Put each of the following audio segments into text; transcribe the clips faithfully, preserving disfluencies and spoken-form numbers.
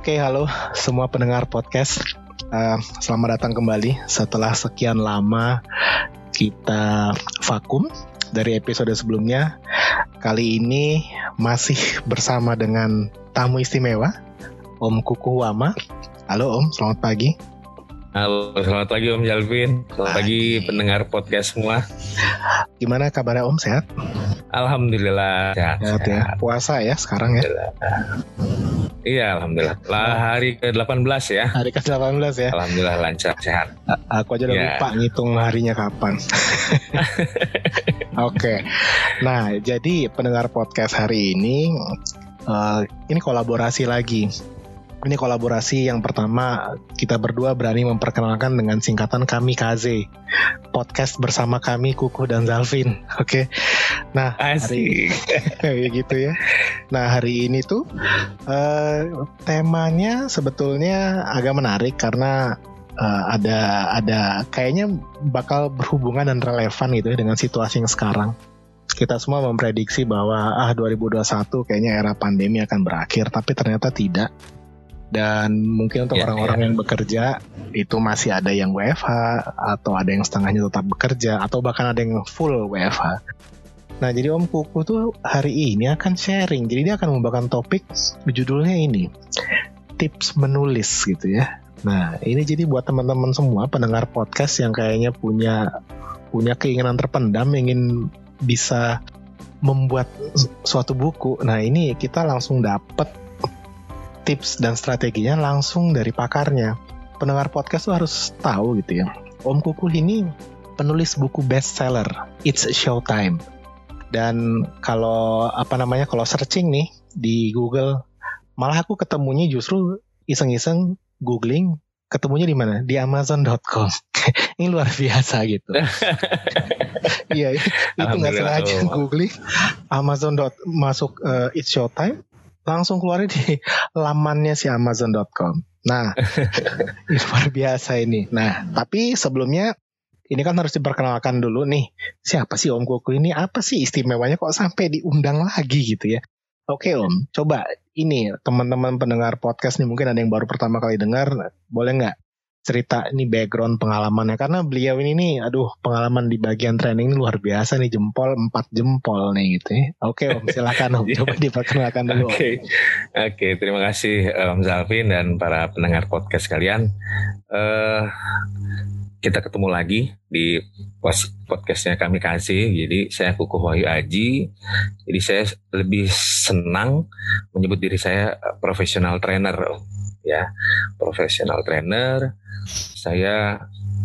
Oke, halo semua pendengar podcast. Uh, selamat datang kembali setelah sekian lama kita vakum dari episode sebelumnya. Kali ini masih bersama dengan tamu istimewa, Om Kukuh Wama. Halo Om, selamat pagi. Halo, selamat pagi Om Jalvin. Selamat pagi pendengar podcast semua. Gimana kabarnya Om, sehat? Alhamdulillah sehat, sehat, sehat. Ya. Puasa ya sekarang ya? Iya, alhamdulillah. Lah hari ke delapan belas ya. Hari ke delapan belas ya. Alhamdulillah lancar, sehat. Aku aja udah ya. lupa ngitung harinya kapan. Oke. Okay. Nah, jadi pendengar podcast hari ini uh, ini kolaborasi lagi. Ini kolaborasi yang pertama, kita berdua berani memperkenalkan dengan singkatan Kamikaze. Podcast bersama kami, Kukuh dan Zalvin. Oke. Okay? Nah, hari gitu ya. Nah, hari ini tuh uh, temanya sebetulnya agak menarik karena uh, ada ada kayaknya bakal berhubungan dan relevan gitu ya dengan situasi yang sekarang. Kita semua memprediksi bahwa ah dua ribu dua puluh satu kayaknya era pandemi akan berakhir, tapi ternyata tidak. Dan mungkin untuk yeah, orang-orang yeah. yang bekerja itu masih ada yang W F H, atau ada yang setengahnya tetap bekerja, atau bahkan ada yang full W F H. Nah, jadi Om Kukuh tuh hari ini akan sharing. Jadi dia akan membawakan topik judulnya ini, tips menulis gitu ya. Nah, ini jadi buat teman-teman semua pendengar podcast yang kayaknya punya punya keinginan terpendam ingin bisa membuat suatu buku. Nah, ini kita langsung dapat tips dan strateginya langsung dari pakarnya. Pendengar podcast tuh harus tahu gitu ya. Om Kukuh ini penulis buku bestseller, It's Showtime. Dan kalau apa namanya kalau searching nih di Google, malah aku ketemunya justru iseng-iseng googling, ketemunya di mana? Di amazon dot com. Ini luar biasa gitu. Iya, itu nggak sengaja googling Amazon. Masuk uh, It's Showtime, langsung keluarnya di lamannya si amazon dot com. Nah, luar biasa ini. Nah, tapi sebelumnya ini kan harus diperkenalkan dulu nih. Siapa sih Om Kukuh ini? Apa sih istimewanya kok sampai diundang lagi gitu ya? Oke Om, coba ini teman-teman pendengar podcast nih, mungkin ada yang baru pertama kali dengar, boleh nggak cerita ini background pengalamannya? Karena beliau ini nih, aduh pengalaman di bagian training ini luar biasa nih, jempol empat jempol nih gitu ya. Oke Om, silakan Om, coba diperkenalkan dulu. Oke, oke, terima kasih Om Zalvin dan para pendengar podcast kalian. Uh, kita ketemu lagi di podcastnya Kamikaze. Jadi saya Kukuh Wahyu Aji. Jadi saya lebih senang menyebut diri saya professional trainer, ya, professional trainer. Saya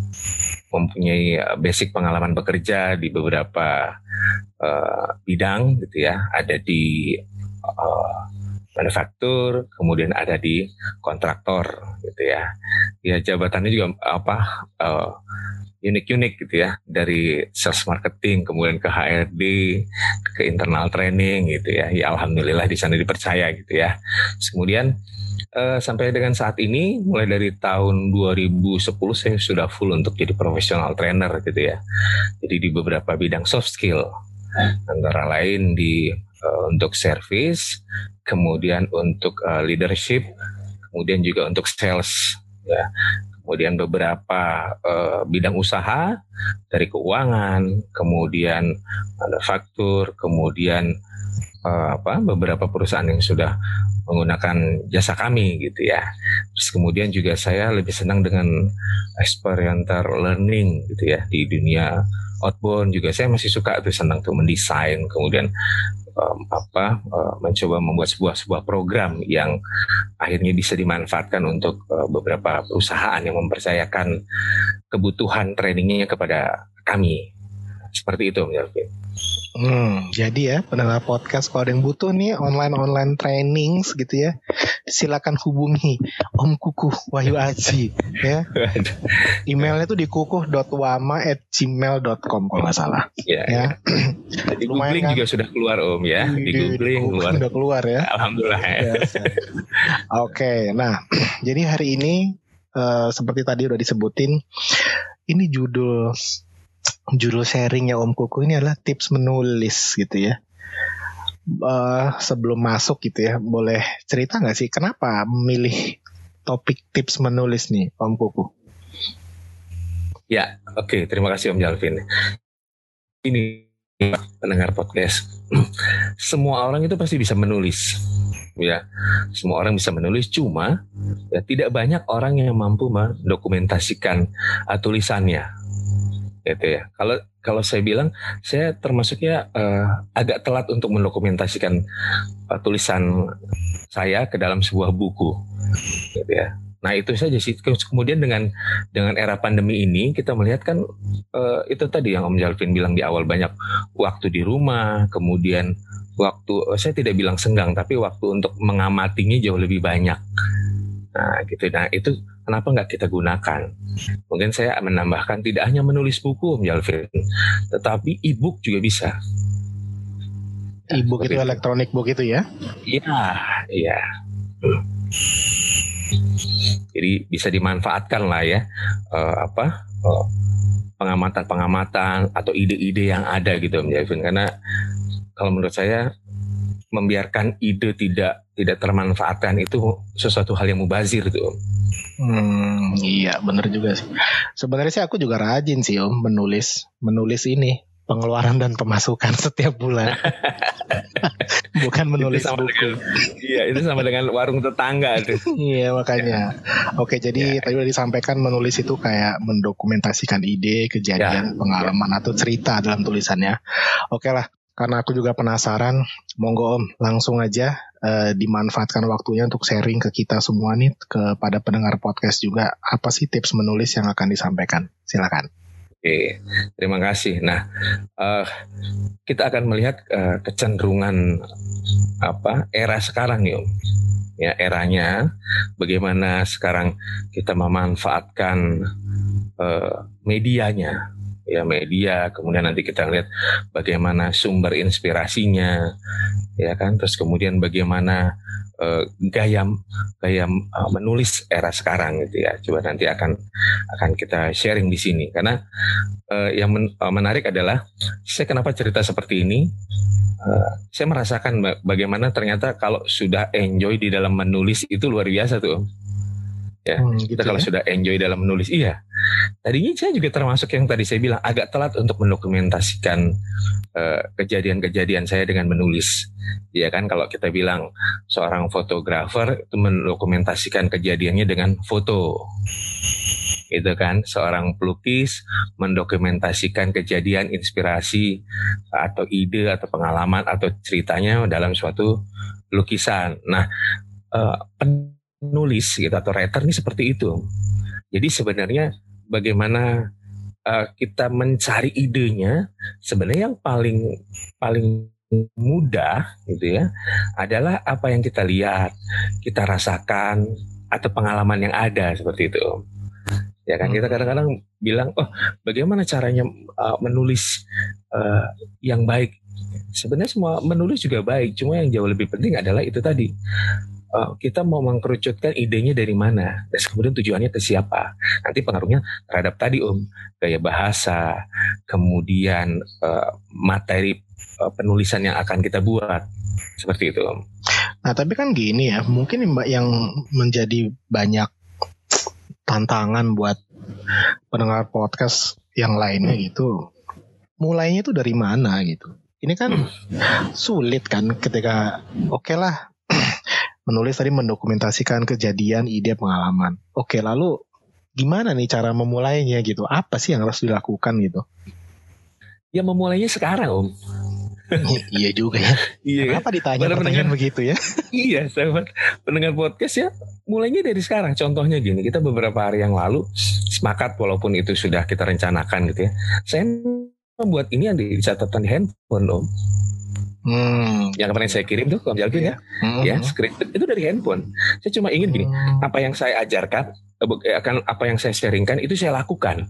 mempunyai basic pengalaman bekerja di beberapa uh, bidang gitu ya. Ada di uh, manufaktur, kemudian ada di kontraktor gitu ya. Ya jabatannya juga apa uh, unik-unik gitu ya, dari sales marketing kemudian ke H R D, ke internal training gitu ya. Ya alhamdulillah di sana dipercaya gitu ya. Terus kemudian uh, sampai dengan saat ini mulai dari tahun dua ribu sepuluh saya sudah full untuk jadi professional trainer gitu ya. Jadi di beberapa bidang soft skill, antara lain di uh, untuk service, kemudian untuk uh, leadership, kemudian juga untuk sales ya. Kemudian beberapa uh, bidang usaha dari keuangan, kemudian manufaktur, kemudian uh, apa beberapa perusahaan yang sudah menggunakan jasa kami gitu ya. Terus kemudian juga saya lebih senang dengan experiential learning gitu ya, di dunia outbound juga saya masih suka tuh, senang tuh mendesain, kemudian Um, apa uh, mencoba membuat sebuah sebuah program yang akhirnya bisa dimanfaatkan untuk uh, beberapa perusahaan yang mempercayakan kebutuhan trainingnya kepada kami. Seperti itu, Melvin. Hmm, jadi ya pendengar podcast, kalau ada yang butuh nih online-online training gitu ya, silakan hubungi Om Kukuh Wahyu Aji ya. Emailnya tuh di kukuh dot wama at gmail dot com kalau nggak salah. Ya. ya. Di googling kan? Juga sudah keluar Om ya. Di, di googling keluar. Sudah keluar ya. Alhamdulillah. Ya. Oke, nah jadi hari ini uh, seperti tadi udah disebutin, ini judul Judul sharingnya Om Kukuh ini adalah tips menulis gitu ya. uh, sebelum masuk gitu ya, boleh cerita nggak sih kenapa memilih topik tips menulis nih, Om Kuku? Ya, oke, okay, terima kasih Om Jalvin. Ini pendengar podcast, semua orang itu pasti bisa menulis, ya. Semua orang bisa menulis, cuma ya tidak banyak orang yang mampu mendokumentasikan uh, tulisannya, gitu ya. Kalau kalau saya bilang, saya termasuknya uh, agak telat untuk mendokumentasikan uh, tulisan saya ke dalam sebuah buku, gitu ya. Nah itu saja sih. Kemudian dengan dengan era pandemi ini kita melihat kan uh, itu tadi yang Om Jalvin bilang di awal, banyak waktu di rumah, kemudian waktu, saya tidak bilang senggang, tapi waktu untuk mengamatinya jauh lebih banyak. Nah gitu. Nah itu kenapa nggak kita gunakan? Mungkin saya menambahkan tidak hanya menulis buku Om Jalvin, tetapi e-book juga bisa. E-book itu elektronik book itu ya? Iya, iya. Jadi bisa dimanfaatkan lah ya, uh, apa uh, pengamatan-pengamatan atau ide-ide yang ada gitu Om Jalvin. Karena kalau menurut saya membiarkan ide tidak tidak termanfaatkan itu sesuatu hal yang mubazir tuh. Hmm, iya benar juga sih. Sebenarnya sih aku juga rajin sih Om menulis menulis ini pengeluaran dan pemasukan setiap bulan. Bukan menulis buku. Dengan, iya itu sama dengan warung tetangga tuh. Iya makanya. Oke jadi ya. Tadi udah disampaikan menulis itu kayak mendokumentasikan ide, kejadian, ya. pengalaman ya. atau cerita dalam tulisannya. Oke lah. Karena aku juga penasaran, monggo Om langsung aja uh, dimanfaatkan waktunya untuk sharing ke kita semua nih, kepada pendengar podcast juga, apa sih tips menulis yang akan disampaikan? Silakan. Oke, terima kasih. Nah, uh, kita akan melihat uh, kecenderungan apa era sekarang nih Om. Ya eranya, bagaimana sekarang kita memanfaatkan uh, medianya. Ya media, kemudian nanti kita lihat bagaimana sumber inspirasinya, ya kan, terus kemudian bagaimana uh, gaya gaya uh, menulis era sekarang gitu ya. Coba nanti akan akan kita sharing di sini karena uh, yang men, uh, menarik adalah saya kenapa cerita seperti ini. Uh, saya merasakan bagaimana ternyata kalau sudah enjoy di dalam menulis itu luar biasa tuh. Ya, hmm, gitu kita kalau ya? Sudah enjoy dalam menulis, iya. Tadinya saya juga termasuk yang tadi saya bilang agak telat untuk mendokumentasikan uh, kejadian-kejadian saya dengan menulis. Ya kan, kalau kita bilang seorang fotografer itu mendokumentasikan kejadiannya dengan foto. Itu kan, seorang pelukis mendokumentasikan kejadian, inspirasi atau ide atau pengalaman atau ceritanya dalam suatu lukisan. Nah, uh, penulis gitu atau writer ini seperti itu. Jadi sebenarnya bagaimana uh, kita mencari idenya, sebenarnya yang paling paling mudah gitu ya adalah apa yang kita lihat, kita rasakan atau pengalaman yang ada seperti itu. Ya kan, kita kadang-kadang bilang, oh bagaimana caranya uh, menulis uh, yang baik. Sebenarnya semua menulis juga baik, cuma yang jauh lebih penting adalah itu tadi. Uh, kita mau mengkerucutkan idenya dari mana, dan kemudian tujuannya ke siapa. Nanti pengaruhnya terhadap tadi Om, gaya bahasa, kemudian uh, materi uh, penulisan yang akan kita buat, seperti itu Om. Nah tapi kan gini ya, mungkin Mbak yang menjadi banyak tantangan buat pendengar podcast yang lainnya gitu, mulainya itu dari mana gitu. Ini kan sulit kan ketika oke okay lah menulis tadi mendokumentasikan kejadian, ide, pengalaman. Oke, lalu gimana nih cara memulainya gitu? Apa sih yang harus dilakukan gitu? Ya memulainya sekarang Om. Iya juga ya. Iya. Kenapa ditanya Pada pertanyaan pendengar, begitu ya? Iya, sahabat pendengar podcast ya, mulainya dari sekarang. Contohnya gini, kita beberapa hari yang lalu sepakat, walaupun itu sudah kita rencanakan gitu ya. Saya membuat ini yang di catatan handphone Om. Hmm. Yang kemarin saya kirim tuh Om Jalvin ya, hmm. ya script itu dari handphone. Saya cuma ingin gini, hmm. apa yang saya ajarkan, akan apa yang saya sharingkan itu saya lakukan.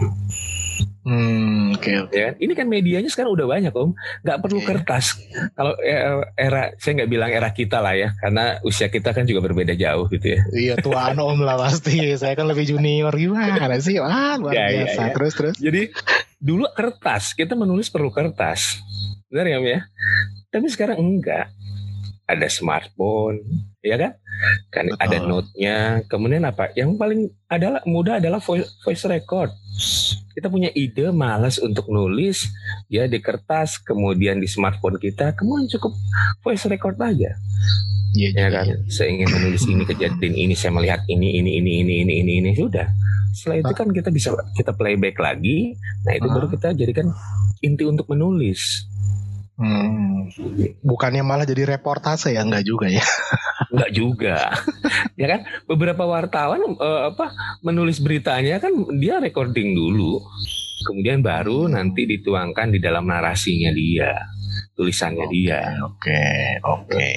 Hmm, oke. Okay, okay. Ya, ini kan medianya sekarang udah banyak Om, nggak perlu okay. kertas. Kalau era, saya nggak bilang era kita lah ya, karena usia kita kan juga berbeda jauh gitu ya. Iya tuaan Om lah pasti. Saya kan lebih junior gimana sih? Wah luar ya, biasa. Ya, ya. Terus terus. Jadi dulu kertas, kita menulis perlu kertas. Benar ya Om ya? Tapi sekarang enggak. Ada smartphone, ya kan? Kan Betul. ada note-nya. Kemudian apa? Yang paling adalah mudah adalah voice, voice record. Kita punya ide, malas untuk nulis, ya di kertas, kemudian di smartphone kita, kemudian cukup voice record aja. Iya, Ya iya, kan? iya. Saya ingin menulis ini, kejadian ini, saya melihat ini, ini, ini, ini, ini, ini, ini, sudah. Setelah itu kan kita bisa kita playback lagi. Nah itu Ah. baru kita jadikan inti untuk menulis. Hmm. Bukannya malah jadi reportase ya? Enggak juga ya? Enggak juga. Ya kan? Beberapa wartawan eh, apa menulis beritanya kan dia recording dulu. Kemudian baru nanti dituangkan di dalam narasinya dia, tulisannya dia. Oke, oke.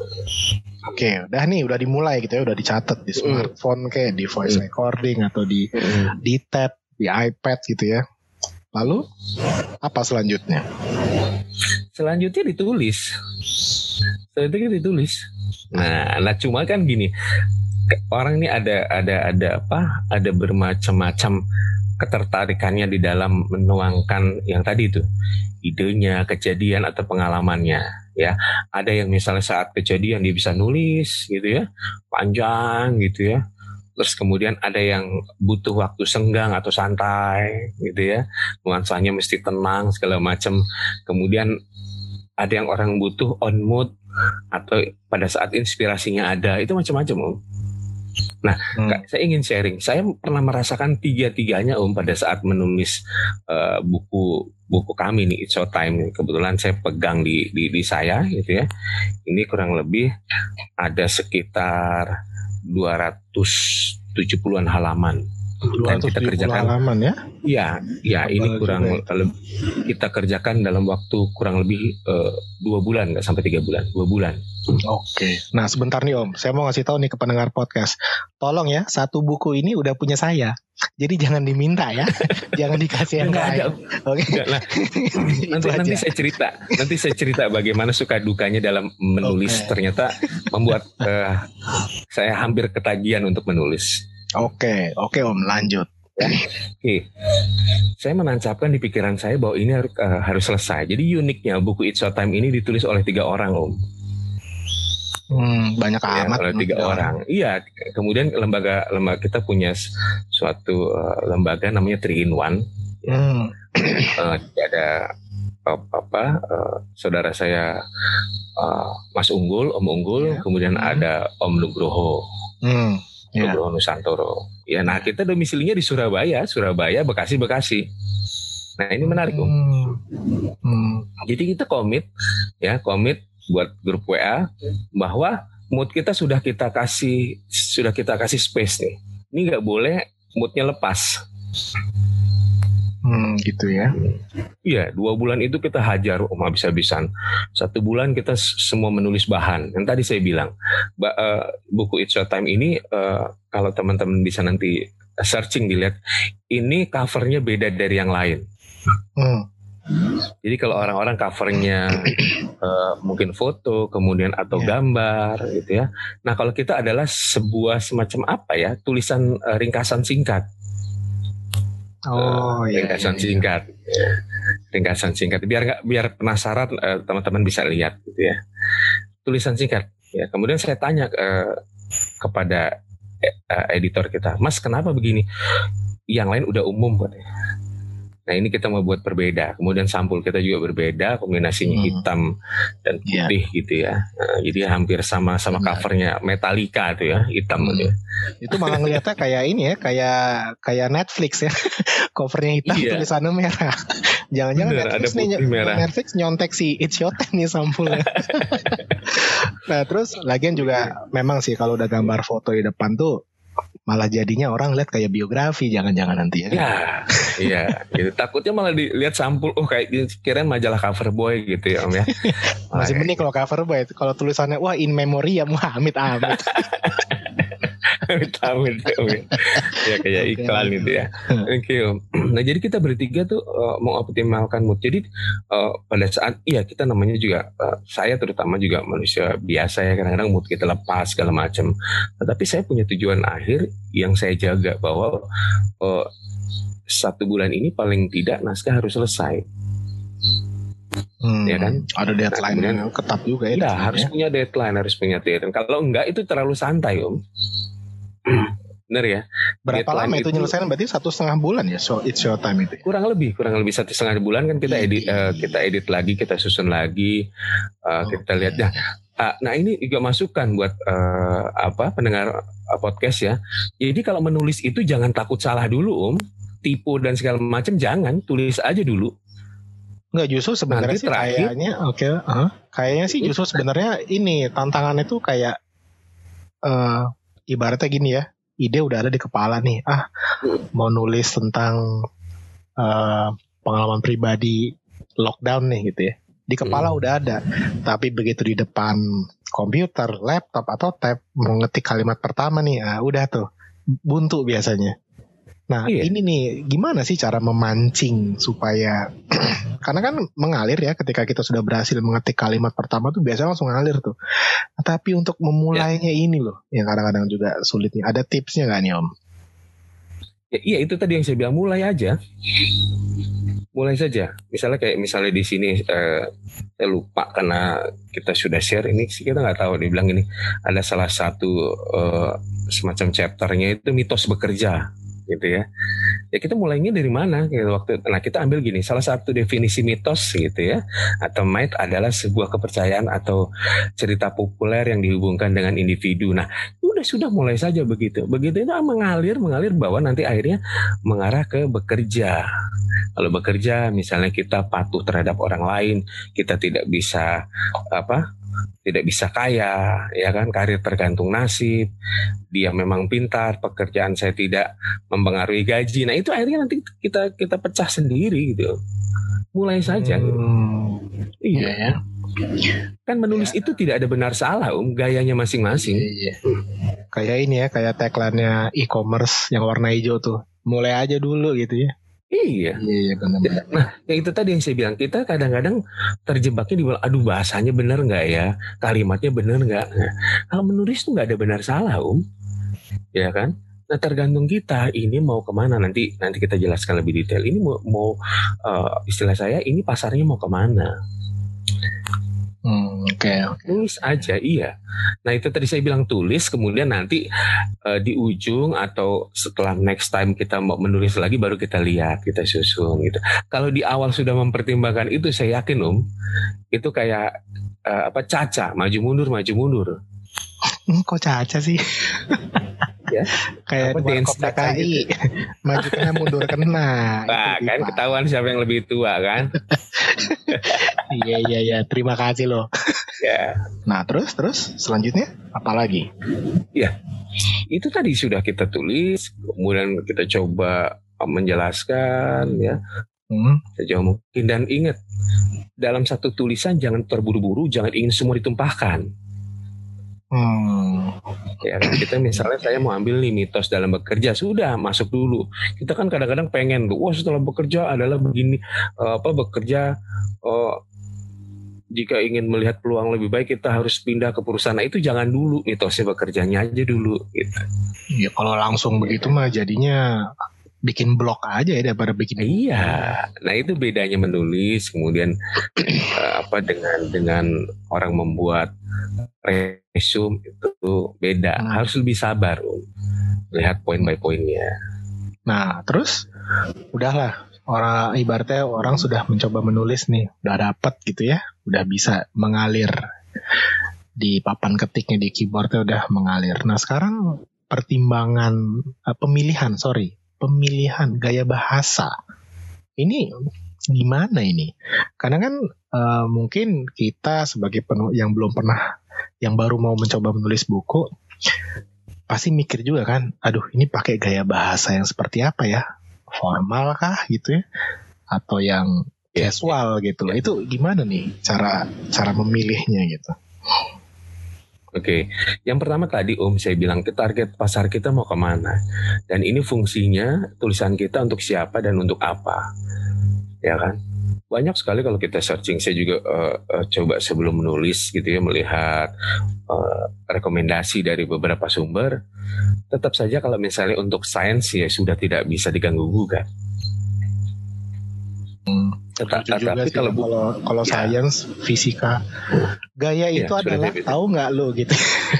Oke, udah nih, udah dimulai gitu ya, udah dicatat di smartphone kayak di voice recording atau di di tab, di iPad gitu ya. Lalu apa selanjutnya? Selanjutnya ditulis. Selanjutnya ditulis. Nah, nah cuma kan gini, orang ini ada ada ada apa? Ada bermacam-macam ketertarikannya di dalam menuangkan yang tadi itu, idenya, kejadian atau pengalamannya. Ya, ada yang misalnya saat kejadian dia bisa nulis gitu ya, panjang gitu ya. Terus kemudian ada yang butuh waktu senggang atau santai gitu ya, nuansanya mesti tenang segala macam. Kemudian ada yang orang butuh on mood atau pada saat inspirasinya ada, itu macam-macam Om. Nah, hmm. saya ingin sharing. Saya pernah merasakan tiga-tiganya Om pada saat menulis uh, buku buku kami nih, It's Your Time. Kebetulan saya pegang di, di di saya gitu ya. Ini kurang lebih ada sekitar dua ratus tujuh puluhan halaman. Dan kita kerjakan halaman ya? Iya, ya ini kurang ya. Kita kerjakan dalam waktu kurang lebih uh, dua bulan, nggak sampai tiga bulan, dua bulan. Oke. Nah sebentar nih Om, saya mau ngasih tahu nih ke pendengar podcast. Tolong ya, satu buku ini udah punya saya. Jadi jangan diminta ya, jangan dikasih yang lain. Oke. Nanti nanti saya cerita, nanti saya cerita bagaimana suka dukanya dalam menulis. Okay. Ternyata membuat uh, saya hampir ketagihan untuk menulis. Oke, oke Om, lanjut. Ya. Oke, saya menancapkan di pikiran saya bahwa ini harus, uh, harus selesai. Jadi uniknya buku It's Your Time ini ditulis oleh tiga orang Om. Hmm, banyak ya, amat. Oleh tiga orang. Iya, kemudian lembaga lembaga kita punya suatu uh, lembaga namanya three in one. Hmm. uh, ada apa uh, saudara saya uh, Mas Unggul, Om Unggul, yeah. kemudian hmm. ada Om Nugroho. Hmm. Yeah. Nugroho Nusantoro. Ya, nah kita domisilinya di Surabaya, Surabaya, Bekasi, Bekasi. Nah ini menarik Om. Hmm. Hmm. Jadi kita komit, ya komit buat grup W A bahwa mood kita sudah kita kasih sudah kita kasih space nih. Ini nggak boleh moodnya lepas. Hmm, gitu ya. Iya, dua bulan itu kita hajar Om habis-habisan. Satu bulan kita semua menulis bahan. Yang tadi saya bilang, ba, uh, buku It's Your Time ini uh, kalau teman-teman bisa nanti searching dilihat, ini covernya beda dari yang lain. Hmm. Jadi kalau orang-orang covernya uh, mungkin foto, kemudian atau yeah. gambar gitu ya. Nah kalau kita adalah sebuah semacam apa ya, tulisan uh, ringkasan singkat. Oh, uh, iya, ringkasan iya, iya. singkat, ringkasan singkat. Biar nggak, biar penasaran uh, teman-teman bisa lihat, gitu ya. Tulisan singkat. Ya, kemudian saya tanya uh, kepada uh, editor kita, Mas, kenapa begini? Yang lain udah umum, katanya. Nah ini kita mau buat berbeda. Kemudian sampul kita juga berbeda, kombinasinya hmm. hitam dan putih yeah. gitu ya. Nah, jadi hampir sama-sama covernya Metallica tuh ya, hitam hmm. gitu. Itu malah ngeliatnya kayak ini ya, kayak kayak Netflix ya. Covernya hitam, iya. tulisannya merah. Jangan-jangan Bener, Netflix nih, merah. Netflix nyontek si It's Your Time nih sampulnya. Nah terus lagian juga memang sih kalau udah gambar foto di depan tuh malah jadinya orang lihat kayak biografi, jangan-jangan nanti ya. Ya, iya. Gitu. Takutnya malah dilihat sampul, oh kayak kirain majalah cover boy gitu ya Om ya. Masih mending kalau cover boy, kalau tulisannya wah in memoriam, wah amit-amit. Amit-amit Om ya. Ya kayak iklan gitu ya. Oke okay, Om. Nah jadi kita bertiga tuh uh, mau optimalkan mood. Jadi uh, pada saat, iya kita namanya juga, uh, saya terutama juga manusia biasa ya, kadang-kadang mood kita lepas segala macam. Tetapi saya punya tujuan akhir yang saya jaga bahwa uh, satu bulan ini paling tidak naskah harus selesai. Hmm, ya kan? Ada deadline nah, yang ketat juga ya. Iya, harus punya deadline, harus punya deadline. Kalau enggak itu terlalu santai, Om. Bener ya? Berapa deadline lama itu, itu nyelesain? Berarti satu setengah bulan ya? So it's your time itu. Kurang lebih, kurang lebih satu setengah bulan kan kita edit, uh, kita edit lagi, kita susun lagi, uh, okay. Kita lihat. Nah, uh, nah ini juga masukan buat uh, apa pendengar uh, podcast ya. Jadi kalau menulis itu jangan takut salah dulu, Om. Tipu dan segala macam jangan, tulis aja dulu. Enggak, justru sebenarnya sih kayaknya oke, okay, uh, kayaknya sih justru sebenarnya ini tantangannya tuh kayak uh, ibaratnya gini ya, ide udah ada di kepala nih, ah mau nulis tentang uh, pengalaman pribadi lockdown nih gitu ya, di kepala hmm. udah ada, tapi begitu di depan komputer, laptop atau tab mau ngetik kalimat pertama nih, ah udah tuh buntu biasanya. Nah iya. Ini nih gimana sih cara memancing supaya karena kan mengalir ya ketika kita sudah berhasil mengetik kalimat pertama tuh biasanya langsung ngalir tuh. Nah, tapi untuk memulainya ya. Ini loh yang kadang-kadang juga sulit nih. Ada tipsnya gak nih Om? Ya, iya itu tadi yang saya bilang, mulai aja. Mulai saja. Misalnya kayak misalnya di sini eh, saya lupa karena kita sudah share ini, kita nggak tahu dibilang ini ada salah satu eh, semacam chapternya itu mitos bekerja. Gitu ya, ya kita mulainya dari mana gitu waktu. Nah kita ambil gini, salah satu definisi mitos gitu ya, atau myth adalah sebuah kepercayaan atau cerita populer yang dihubungkan dengan individu. Nah udah sudah mulai saja begitu, begitu itu mengalir mengalir bahwa nanti akhirnya mengarah ke bekerja. Kalau bekerja misalnya kita patuh terhadap orang lain, kita tidak bisa apa? Tidak bisa kaya, ya kan, karir tergantung nasib, dia memang pintar, pekerjaan saya tidak mempengaruhi gaji. Nah itu akhirnya nanti kita kita pecah sendiri gitu. Mulai saja. Hmm, iya ya. Kan menulis ya. Itu tidak ada benar salah, Om, gayanya masing-masing. Iya. Kayak ini ya, kayak tagline-nya e-commerce yang warna hijau tuh. Mulai aja dulu gitu ya. Iya, iya benar-benar. Nah, yang itu tadi yang saya bilang, kita kadang-kadang terjebaknya di aduh bahasanya benar nggak ya, kalimatnya benar nggak. Nah, kalau menulis tuh nggak ada benar salah, Om, ya kan? Nah tergantung kita ini mau kemana, nanti nanti kita jelaskan lebih detail. Ini mau, mau uh, istilah saya ini pasarnya mau kemana? Hmm, oke, okay, okay. Tulis aja, iya. Nah itu tadi saya bilang tulis, kemudian nanti uh, di ujung atau setelah next time kita mau menulis lagi baru kita lihat, kita susun gitu. Kalau di awal sudah mempertimbangkan itu, saya yakin Om, itu kayak uh, apa caca, maju mundur, maju mundur. Hmm, kok caca sih? Ya, kayak di K I gitu. Maju kena mundur kena. Nah, kan pipa. Ketahuan siapa yang lebih tua kan? Iya iya iya, terima kasih loh. Ya. Nah terus terus selanjutnya apa lagi? Ya, itu tadi sudah kita tulis, kemudian kita coba menjelaskan ya, hmm. sejauh mungkin, dan ingat dalam satu tulisan jangan terburu-buru, jangan ingin semua ditumpahkan. Hmm. Ya kan, kita misalnya saya mau ambil nih mitos dalam bekerja, sudah masuk dulu. Kita kan kadang-kadang pengen tuh, wah setelah bekerja adalah begini, uh, apa bekerja uh, jika ingin melihat peluang lebih baik kita harus pindah ke perusahaan. Nah, itu jangan dulu, mitosnya bekerjanya aja dulu gitu. Ya kalau langsung begitu mah jadinya bikin blog aja ya daripada bikin. Iya, nah itu bedanya menulis kemudian uh, apa dengan dengan orang membuat resume itu beda. Hmm. Harus lebih sabar, um. lihat poin by poinnya. Nah terus udahlah, orang ibaratnya orang sudah mencoba menulis nih, udah dapet gitu ya, udah bisa mengalir di papan ketiknya, di keyboardnya udah mengalir. Nah sekarang pertimbangan uh, pemilihan sorry pemilihan gaya bahasa ini gimana ini? Karena kan uh, mungkin kita sebagai penulis yang belum pernah, yang baru mau mencoba menulis buku, pasti mikir juga kan, aduh ini pakai gaya bahasa yang seperti apa ya? Formal kah gitu ya? Atau yang casual gitu loh. Itu gimana nih cara cara memilihnya gitu? Oke, yang pertama tadi Om saya bilang ke target pasar kita mau kemana, dan ini fungsinya tulisan kita untuk siapa dan untuk apa, ya kan? Banyak sekali kalau kita searching, saya juga uh, uh, coba sebelum menulis gitu ya, melihat uh, rekomendasi dari beberapa sumber. Tetap saja kalau misalnya untuk sains ya sudah tidak bisa diganggu gugat. Teta- Lucu juga tapi sih kalau ya, bu- kalau kalau ya, science, fisika, gaya ya, itu sudah adalah kayak gitu. tahu nggak lo gitu.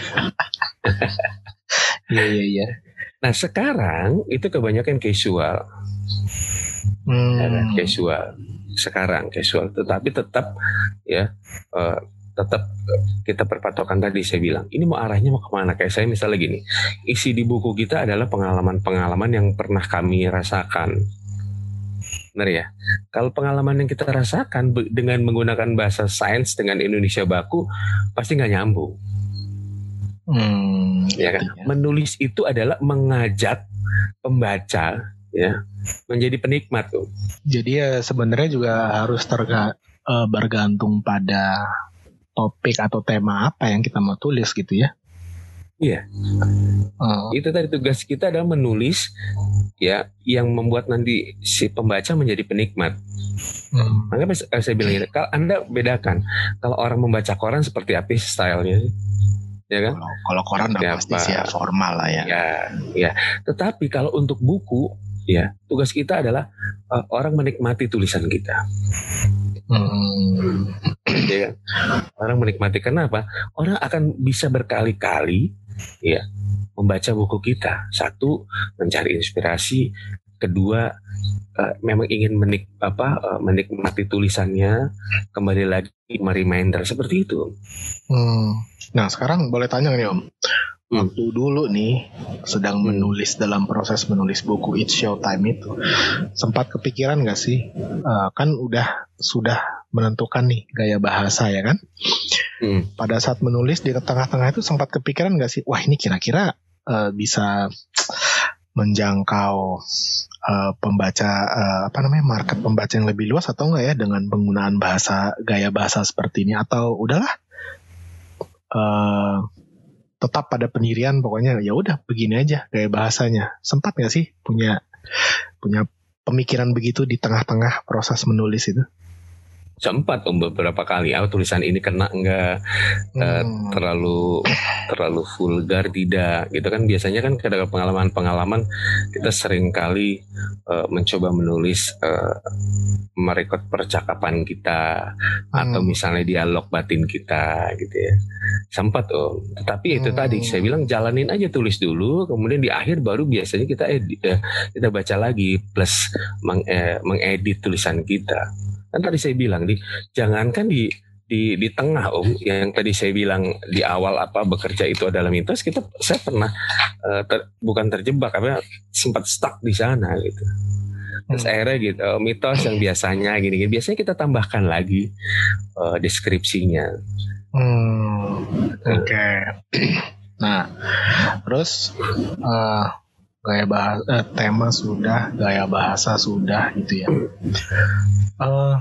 Iya iya iya. Nah sekarang itu kebanyakan casual, ya kan? Hmm. Casual. Sekarang casual, tetapi tetap ya eh, tetap kita berpatokan tadi saya bilang ini mau arahnya mau kemana. Kayak saya misalnya gini, isi di buku kita adalah pengalaman-pengalaman yang pernah kami rasakan. Benar ya? Kalau pengalaman yang kita rasakan be- dengan menggunakan bahasa sains dengan Indonesia baku pasti nggak nyambung. Hmm, Ya kan? iya. Menulis itu adalah mengajak pembaca ya menjadi penikmat tuh. Jadi ya sebenarnya juga harus terga eh, bergantung pada topik atau tema apa yang kita mau tulis gitu ya. Iya, Oh. itu tadi tugas kita adalah menulis ya yang membuat nanti si pembaca menjadi penikmat. Hmm. Makanya pas- eh, saya bilang ini, kalau Anda bedakan kalau orang membaca koran seperti apa sih stylenya, ya kan? Kalau kalau koran udah Ya, pasti Pak. sih ya formal lah ya. Ya, ya. Tetapi kalau untuk buku, ya tugas kita adalah eh, orang menikmati tulisan kita. Hmm. Ya kan? Orang menikmati kenapa? Orang akan bisa berkali-kali ya membaca buku kita. Satu, mencari inspirasi. Kedua, eh, memang ingin menik apa eh, menikmati tulisannya. Kembali lagi reminder seperti itu. Hmm. Nah sekarang boleh tanya nih Om. Hmm. Waktu dulu nih sedang Hmm. menulis dalam proses menulis buku It's Showtime itu, sempat kepikiran nggak sih? Eh, kan udah sudah menentukan nih gaya bahasa ya kan? Hmm. Pada saat menulis di tengah-tengah itu sempat kepikiran nggak sih? Wah ini kira-kira eh, bisa menjangkau eh, pembaca eh, apa namanya market pembaca yang lebih luas atau enggak ya dengan penggunaan bahasa gaya bahasa seperti ini, atau udahlah eh, tetap pada pendirian pokoknya ya udah begini aja gaya bahasanya. Sempat nggak sih punya punya pemikiran begitu di tengah-tengah proses menulis itu? Sempat om beberapa kali, ah tulisan ini kena enggak, eh, Hmm. terlalu terlalu vulgar tidak, gitu kan biasanya kan ada pengalaman-pengalaman kita sering kali eh, mencoba menulis eh, merekod percakapan kita atau Hmm. misalnya dialog batin kita gitu ya. Sempat om, tetapi itu Hmm. tadi saya bilang jalanin aja, tulis dulu, kemudian di akhir baru biasanya kita edit, eh, kita baca lagi plus meng, eh, mengedit tulisan kita. Kan tadi saya bilang di jangankan di di di tengah om, yang tadi saya bilang di awal apa bekerja itu adalah mitos, kita saya pernah eh, ter, bukan terjebak apa sempat stuck di sana gitu. Terus Hmm. akhirnya gitu eh, mitos yang biasanya gini-gini biasanya kita tambahkan lagi eh, deskripsinya. Hmm. Oke. Nah, terus eh, gaya bahasa eh, tema sudah, gaya bahasa sudah gitu ya. Eh,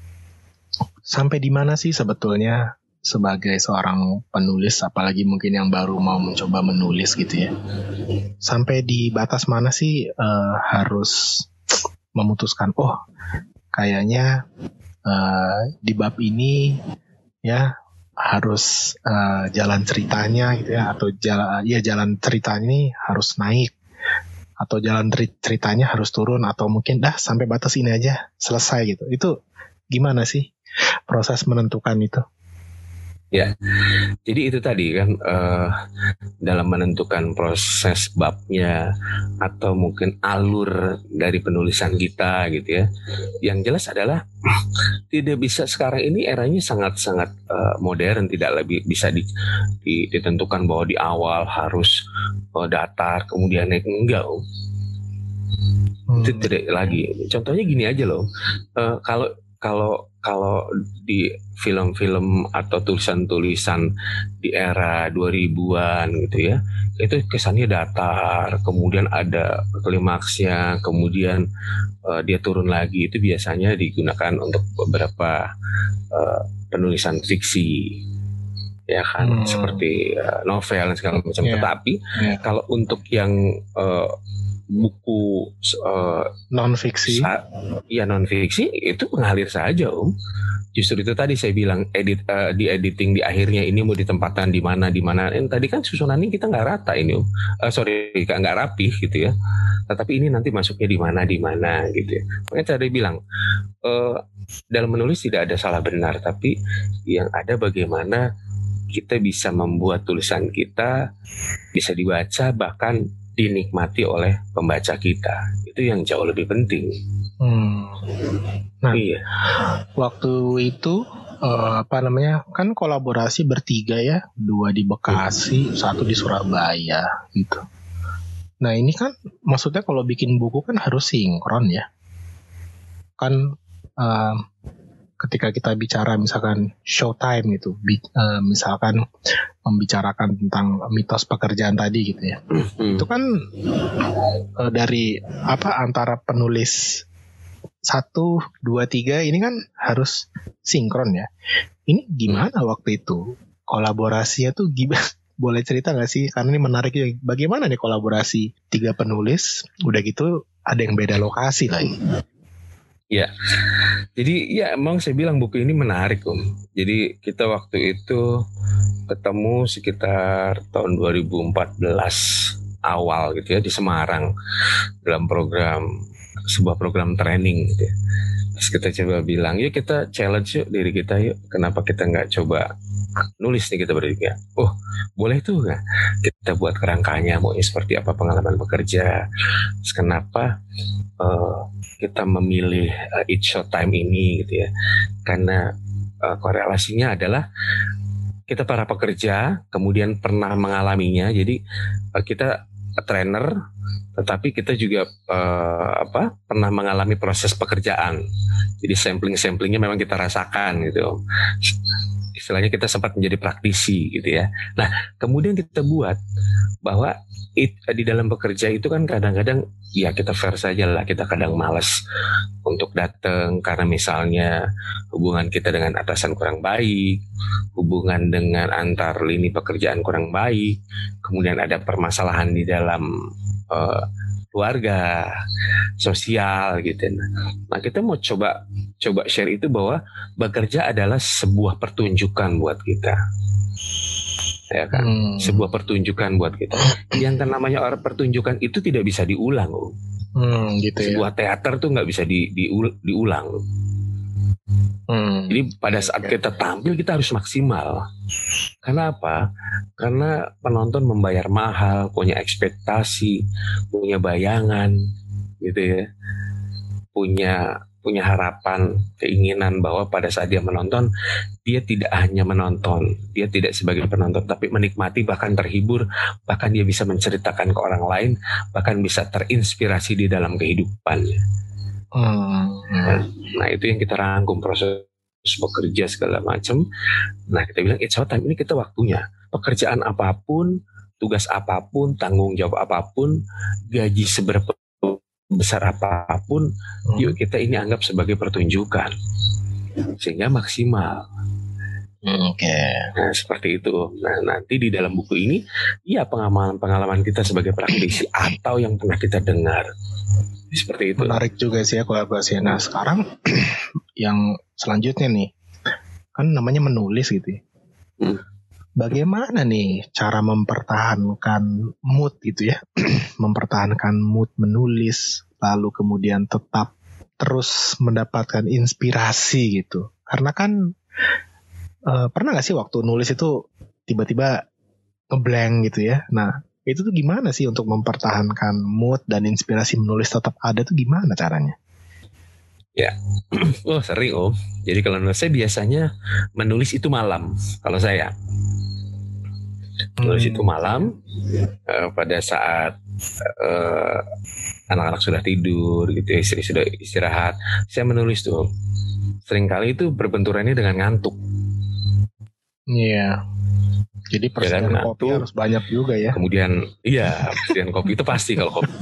sampai di mana sih sebetulnya sebagai seorang penulis, apalagi mungkin yang baru mau mencoba menulis gitu ya? Sampai di batas mana sih eh, harus memutuskan, oh kayaknya eh, di bab ini ya harus eh, jalan ceritanya gitu ya, atau jalan ya jalan ceritanya ini harus naik, atau jalan cer- ceritanya harus turun, atau mungkin dah sampai batas ini aja selesai gitu. Itu gimana sih proses menentukan itu? Ya, jadi itu tadi kan eh, dalam menentukan proses babnya atau mungkin alur dari penulisan kita gitu ya. Yang jelas adalah tidak bisa, sekarang ini eranya sangat-sangat eh, modern, tidak lebih bisa di, di- ditentukan bahwa di awal harus eh, datar kemudian naik, enggak Om. Hmm. Itu tidak lagi. Contohnya gini aja loh. Eh, kalau kalau kalau di film-film atau tulisan-tulisan di era dua ribuan gitu ya, itu kesannya datar, kemudian ada klimaksnya, kemudian eh, dia turun lagi. Itu biasanya digunakan untuk beberapa eh, penulisan fiksi, ya kan, Hmm. seperti eh, novel dan segala macam. Yeah. Tetapi Yeah. kalau untuk yang eh, buku eh, Non fiksi. Sa- ya non fiksi itu mengalir saja om. Justru itu tadi saya bilang edit eh, di editing di akhirnya ini mau ditempatkan di mana di mana. Eh, tadi kan susunannya kita nggak rata ini om. Eh, sorry nggak nggak rapi gitu ya. Tetapi ini nanti masuknya di mana di mana gitu ya. Makanya tadi bilang eh, dalam menulis tidak ada salah benar, tapi yang ada bagaimana kita bisa membuat tulisan kita bisa dibaca bahkan dinikmati oleh pembaca kita. Itu yang jauh lebih penting. Hmm. Nah, iya. Waktu itu uh, apa namanya kan kolaborasi bertiga ya, dua di Bekasi, hmm. satu di Surabaya gitu. Nah ini kan maksudnya kalau bikin buku kan harus sinkron ya. Kan uh, ketika kita bicara misalkan showtime gitu, bi- uh, misalkan membicarakan tentang mitos pekerjaan tadi gitu ya, hmm. itu kan uh, dari apa antara penulis satu, dua, tiga ini kan harus sinkron ya. Ini gimana waktu itu kolaborasinya tuh gimana? Boleh cerita gak sih? Karena ini menarik juga. Bagaimana nih kolaborasi tiga penulis, udah gitu ada yang beda lokasi lagi. Ya, jadi ya emang saya bilang buku ini menarik Om. Jadi kita waktu itu ketemu sekitar tahun dua ribu empat belas awal gitu ya di Semarang dalam program sebuah program training gitu ya. Terus kita coba bilang, yuk kita challenge yuk diri kita yuk. Kenapa kita nggak coba nulis nih kita bertiga? Oh boleh tuh nggak? Kita buat kerangkanya maunya seperti apa pengalaman bekerja. Terus kenapa uh, kita memilih uh, It's Showtime ini gitu ya? Karena uh, korelasinya adalah kita para pekerja kemudian pernah mengalaminya. Jadi uh, kita trainer, tetapi kita juga uh, apa pernah mengalami proses pekerjaan. Jadi sampling-samplingnya memang kita rasakan gitu. Istilahnya kita sempat menjadi praktisi gitu ya. Nah, kemudian kita buat bahwa it, di dalam bekerja itu kan kadang-kadang ya kita fair saja lah, kita kadang malas untuk datang karena misalnya hubungan kita dengan atasan kurang baik, hubungan dengan antar lini pekerjaan kurang baik, kemudian ada permasalahan di dalam uh, keluarga, sosial gitu. Nah kita mau coba coba share itu bahwa bekerja adalah sebuah pertunjukan buat kita, ya kan? Hmm. Sebuah pertunjukan buat kita. Yang namanya orang pertunjukan itu tidak bisa diulang, oh. Hmm, gitu ya. Sebuah teater tuh nggak bisa di, di, diulang. Hmm. Jadi pada saat kita tampil kita harus maksimal. Karena apa? Karena penonton membayar mahal, punya ekspektasi, punya bayangan, gitu ya, punya punya harapan, keinginan bahwa pada saat dia menonton, dia tidak hanya menonton, dia tidak sebagai penonton, tapi menikmati bahkan terhibur, bahkan dia bisa menceritakan ke orang lain, bahkan bisa terinspirasi di dalam kehidupannya. Hmm. Nah, nah itu yang kita rangkum proses bekerja segala macam. Nah kita bilang it's showtime, ini kita waktunya. Pekerjaan apapun, tugas apapun, tanggung jawab apapun, gaji seberapa besar apapun, hmm. yuk kita ini anggap sebagai pertunjukan sehingga maksimal. Oke. Okay. Nah seperti itu. Nah nanti di dalam buku ini, ya pengalaman-pengalaman kita sebagai praktisi atau yang pernah kita dengar. Seperti itu. Menarik juga sih ya kolaborasi. Nah sekarang yang selanjutnya nih, kan namanya menulis gitu ya. Hmm. Bagaimana nih cara mempertahankan mood gitu ya, mempertahankan mood menulis, lalu kemudian tetap terus mendapatkan inspirasi gitu. Karena kan uh, pernah gak sih waktu nulis itu tiba-tiba ngeblank gitu ya. Nah itu tuh gimana sih untuk mempertahankan mood dan inspirasi menulis tetap ada tuh gimana caranya? Ya, oh sering om. Jadi kalau menurut saya biasanya menulis itu malam. Kalau saya menulis hmm. itu malam uh, pada saat uh, anak-anak sudah tidur gitu, istri sudah istirahat. Saya menulis tuh. Seringkali itu berbenturannya dengan ngantuk. Iya. Jadi persediaan ya, kopi harus banyak juga ya. Kemudian iya persediaan kopi itu pasti kalau kopi.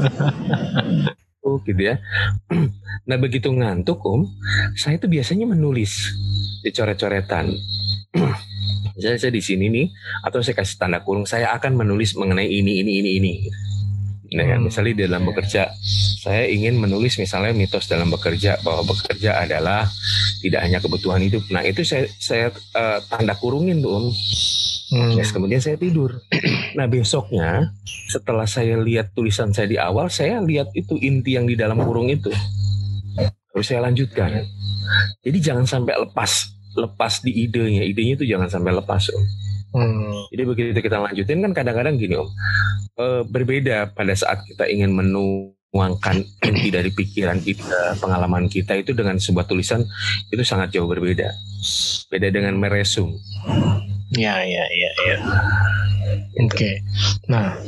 Oh gitu ya. Nah begitu ngantuk om, saya itu biasanya menulis di coret-coretan. Misalnya saya di sini nih, atau saya kasih tanda kurung, saya akan menulis mengenai ini, ini, ini, ini. Nah ya, misalnya di dalam bekerja, saya ingin menulis misalnya mitos dalam bekerja bahwa bekerja adalah tidak hanya kebutuhan hidup. Nah itu saya saya uh, tanda kurungin tuh om. Hmm. Yes, kemudian saya tidur. Nah besoknya setelah saya lihat tulisan saya di awal, saya lihat itu inti yang di dalam kurung itu. Terus saya lanjutkan. Jadi jangan sampai lepas lepas di idenya, idenya itu jangan sampai lepas Om. Hmm. Jadi begitu kita lanjutin kan kadang-kadang gini Om, e, berbeda pada saat kita ingin menuangkan inti dari pikiran kita, pengalaman kita itu dengan sebuah tulisan itu sangat jauh berbeda. Beda dengan meresum. Ya, ya, ya, ya. Oke. Okay. Nah,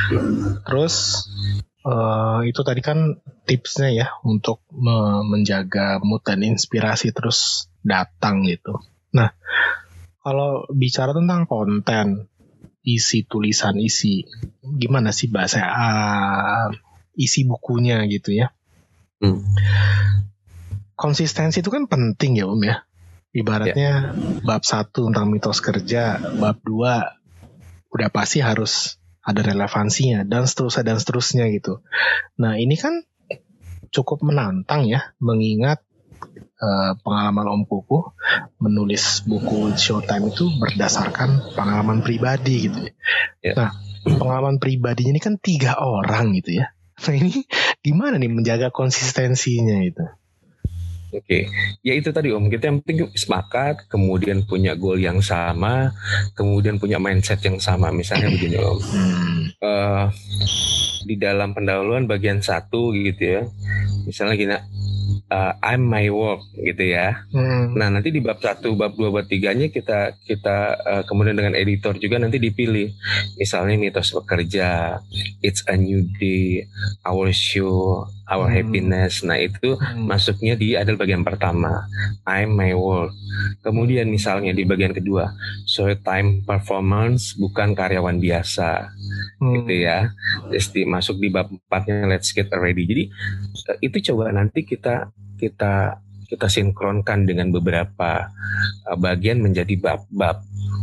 terus uh, itu tadi kan tipsnya ya untuk me- menjaga mood dan inspirasi terus datang gitu. Nah, kalau bicara tentang konten, isi tulisan, isi gimana sih bahasa uh, isi bukunya gitu ya? Hmm. Konsistensi itu kan penting ya Om ya. Ibaratnya yeah. bab satu tentang mitos kerja, bab dua udah pasti harus ada relevansinya dan seterusnya dan seterusnya gitu. Nah ini kan cukup menantang ya, mengingat uh, pengalaman Om Kukuh menulis buku Showtime itu berdasarkan pengalaman pribadi gitu. Yeah. Nah pengalaman pribadinya ini kan tiga orang gitu ya. Nah ini gimana nih menjaga konsistensinya itu? Oke, okay. Ya itu tadi Om, kita yang penting sepakat, kemudian punya goal yang sama, kemudian punya mindset yang sama. Misalnya begini Om, uh, di dalam pendahuluan bagian satu gitu ya, misalnya gini, uh, I'm my work gitu ya. Hmm. Nah nanti di bab satu, bab dua, bab tiganya kita kita uh, kemudian dengan editor juga nanti dipilih. Misalnya mitos bekerja, it's a new day, our show, our hmm. happiness. Nah itu hmm. masuknya di adalah bagian pertama, I'm my work. Kemudian misalnya di bagian kedua, Showtime performance bukan karyawan biasa. Hmm. Gitu ya. Terus di, masuk di bab empatnya let's get ready. Jadi uh, itu coba nanti kita kita kita sinkronkan dengan beberapa uh, bagian menjadi bab-bab.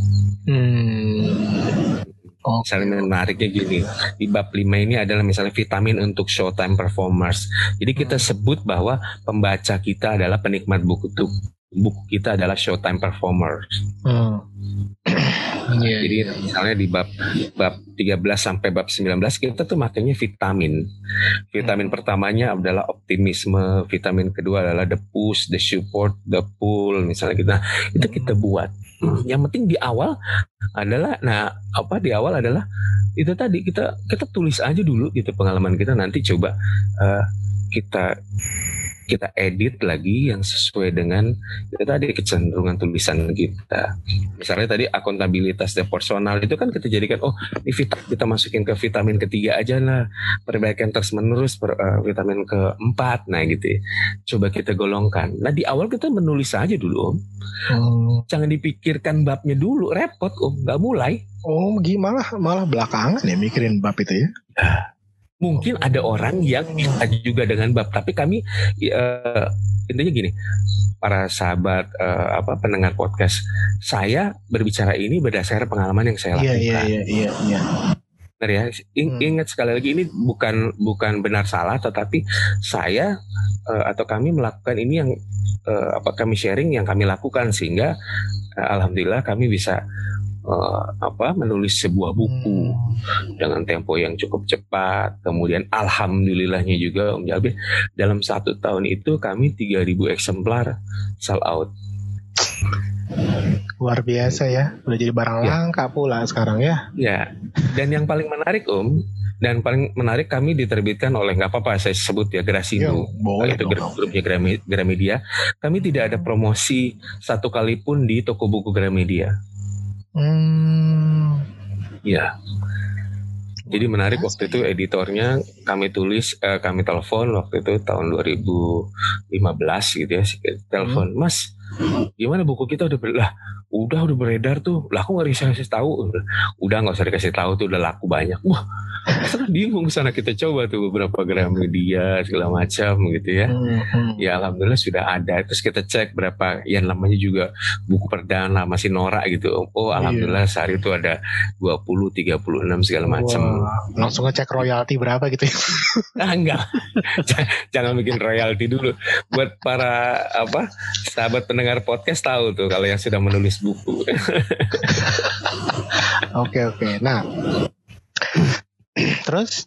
Hmm. Oh. Misalnya menariknya gini, di bab lima ini adalah misalnya vitamin untuk Showtime performers. Jadi kita sebut bahwa pembaca kita adalah penikmat buku itu. Buku kita adalah Showtime performers. Hmm. Yeah, Jadi yeah. misalnya di bab bab tiga belas sampai bab sembilan belas kita tuh makanya vitamin. Vitamin hmm. pertamanya adalah optimisme, vitamin kedua adalah the push, the support, the pull. Misalnya kita itu kita buat. Yang penting di awal adalah nah apa di awal adalah itu tadi kita kita tulis aja dulu gitu pengalaman kita, nanti coba uh, kita kita edit lagi yang sesuai dengan itu tadi kecenderungan tulisan kita. Misalnya tadi akuntabilitas dan personal itu kan kita jadikan oh ini vit- kita masukin ke vitamin ketiga aja lah, perbaikan terus menerus per, uh, vitamin keempat, nah gitu ya. Coba kita golongkan. Nah di awal kita menulis aja dulu Om. Hmm. Jangan dipikirkan babnya dulu, repot Om, nggak mulai. Oh gimana malah belakangan ya mikirin bab itu ya? Mungkin ada orang yang bisa juga dengan bab, tapi kami uh, intinya gini, para sahabat uh, apa pendengar podcast, saya berbicara ini berdasarkan pengalaman yang saya lakukan. Iya iya iya iya. Benar ya. In, hmm. Ingat sekali lagi ini bukan bukan benar salah, tetapi saya uh, atau kami melakukan ini yang uh, apa kami sharing yang kami lakukan sehingga uh, alhamdulillah kami bisa Uh, apa menulis sebuah buku hmm. dengan tempo yang cukup cepat. Kemudian alhamdulillahnya juga Om Jalbi dalam satu tahun itu kami tiga ribu eksemplar sold out. Luar biasa ya, udah jadi barang ya. Langka pula sekarang ya. Ya. Dan yang paling menarik Om, dan paling menarik kami diterbitkan oleh nggak apa-apa saya sebut ya Grasindo, itu grup grupnya Gramedia. Kami tidak ada promosi satu kali pun di toko buku Gramedia. Hmm. Ya. Jadi menarik waktu itu editornya kami tulis, eh, kami telepon waktu itu tahun dua ribu lima belas gitu ya, telepon, Mas, gimana buku kita udah ber- lah, udah udah beredar tuh, lah aku nggak bisa kasih tahu, udah nggak usah dikasih tahu tuh udah laku banyak, wah, sana bingung sana kita coba tuh beberapa Gramedia segala macam gitu ya, hmm. ya alhamdulillah sudah ada, terus kita cek berapa, yang namanya juga buku perdana masih norak gitu, oh alhamdulillah iya. Sehari itu ada dua puluh, tiga puluh enam segala macam. Langsung ngecek royalti berapa gitu ya? Ah, enggak, jangan bikin royalti dulu. Buat para apa sahabat pendengar podcast tahu tuh kalau yang sudah menulis buku. Oke oke. Nah, terus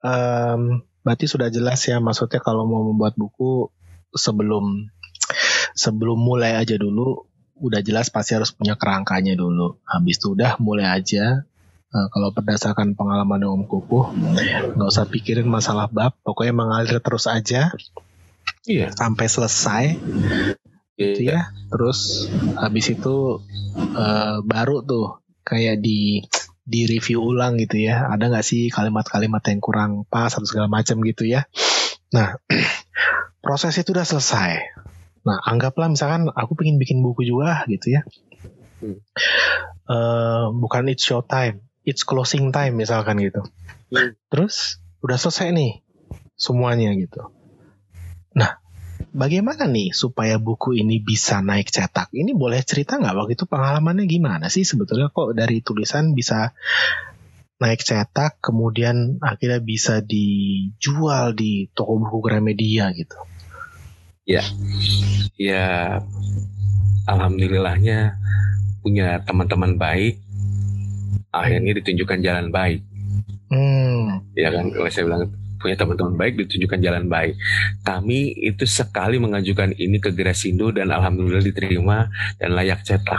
um, berarti sudah jelas ya maksudnya kalau mau membuat buku sebelum sebelum mulai aja dulu udah jelas pasti harus punya kerangkanya dulu. Habis itu udah mulai aja. Nah, kalau berdasarkan pengalaman Om Kukuh, nggak usah pikirin masalah bab, pokoknya mengalir terus aja, iya, sampai selesai, gitu ya. Terus habis itu uh, baru tuh kayak di di review ulang gitu ya. Ada nggak sih kalimat-kalimat yang kurang pas atau segala macam gitu ya. Nah, proses itu udah selesai. Nah, anggaplah misalkan aku pengen bikin buku juga gitu ya. Hmm. Uh, bukan it's show time, it's closing time misalkan gitu. Hmm. Terus udah selesai nih semuanya gitu. Nah, bagaimana nih supaya buku ini bisa naik cetak? Ini boleh cerita nggak waktu itu pengalamannya gimana sih sebetulnya kok dari tulisan bisa naik cetak kemudian akhirnya bisa dijual di toko buku Gramedia gitu? Ya, ya alhamdulillahnya punya teman-teman baik, akhirnya ditunjukkan jalan baik. Hmm. Ya kan, kalau saya bilang punya teman-teman baik ditunjukkan jalan baik. Kami itu sekali mengajukan ini ke Grasindo dan alhamdulillah diterima dan layak cetak.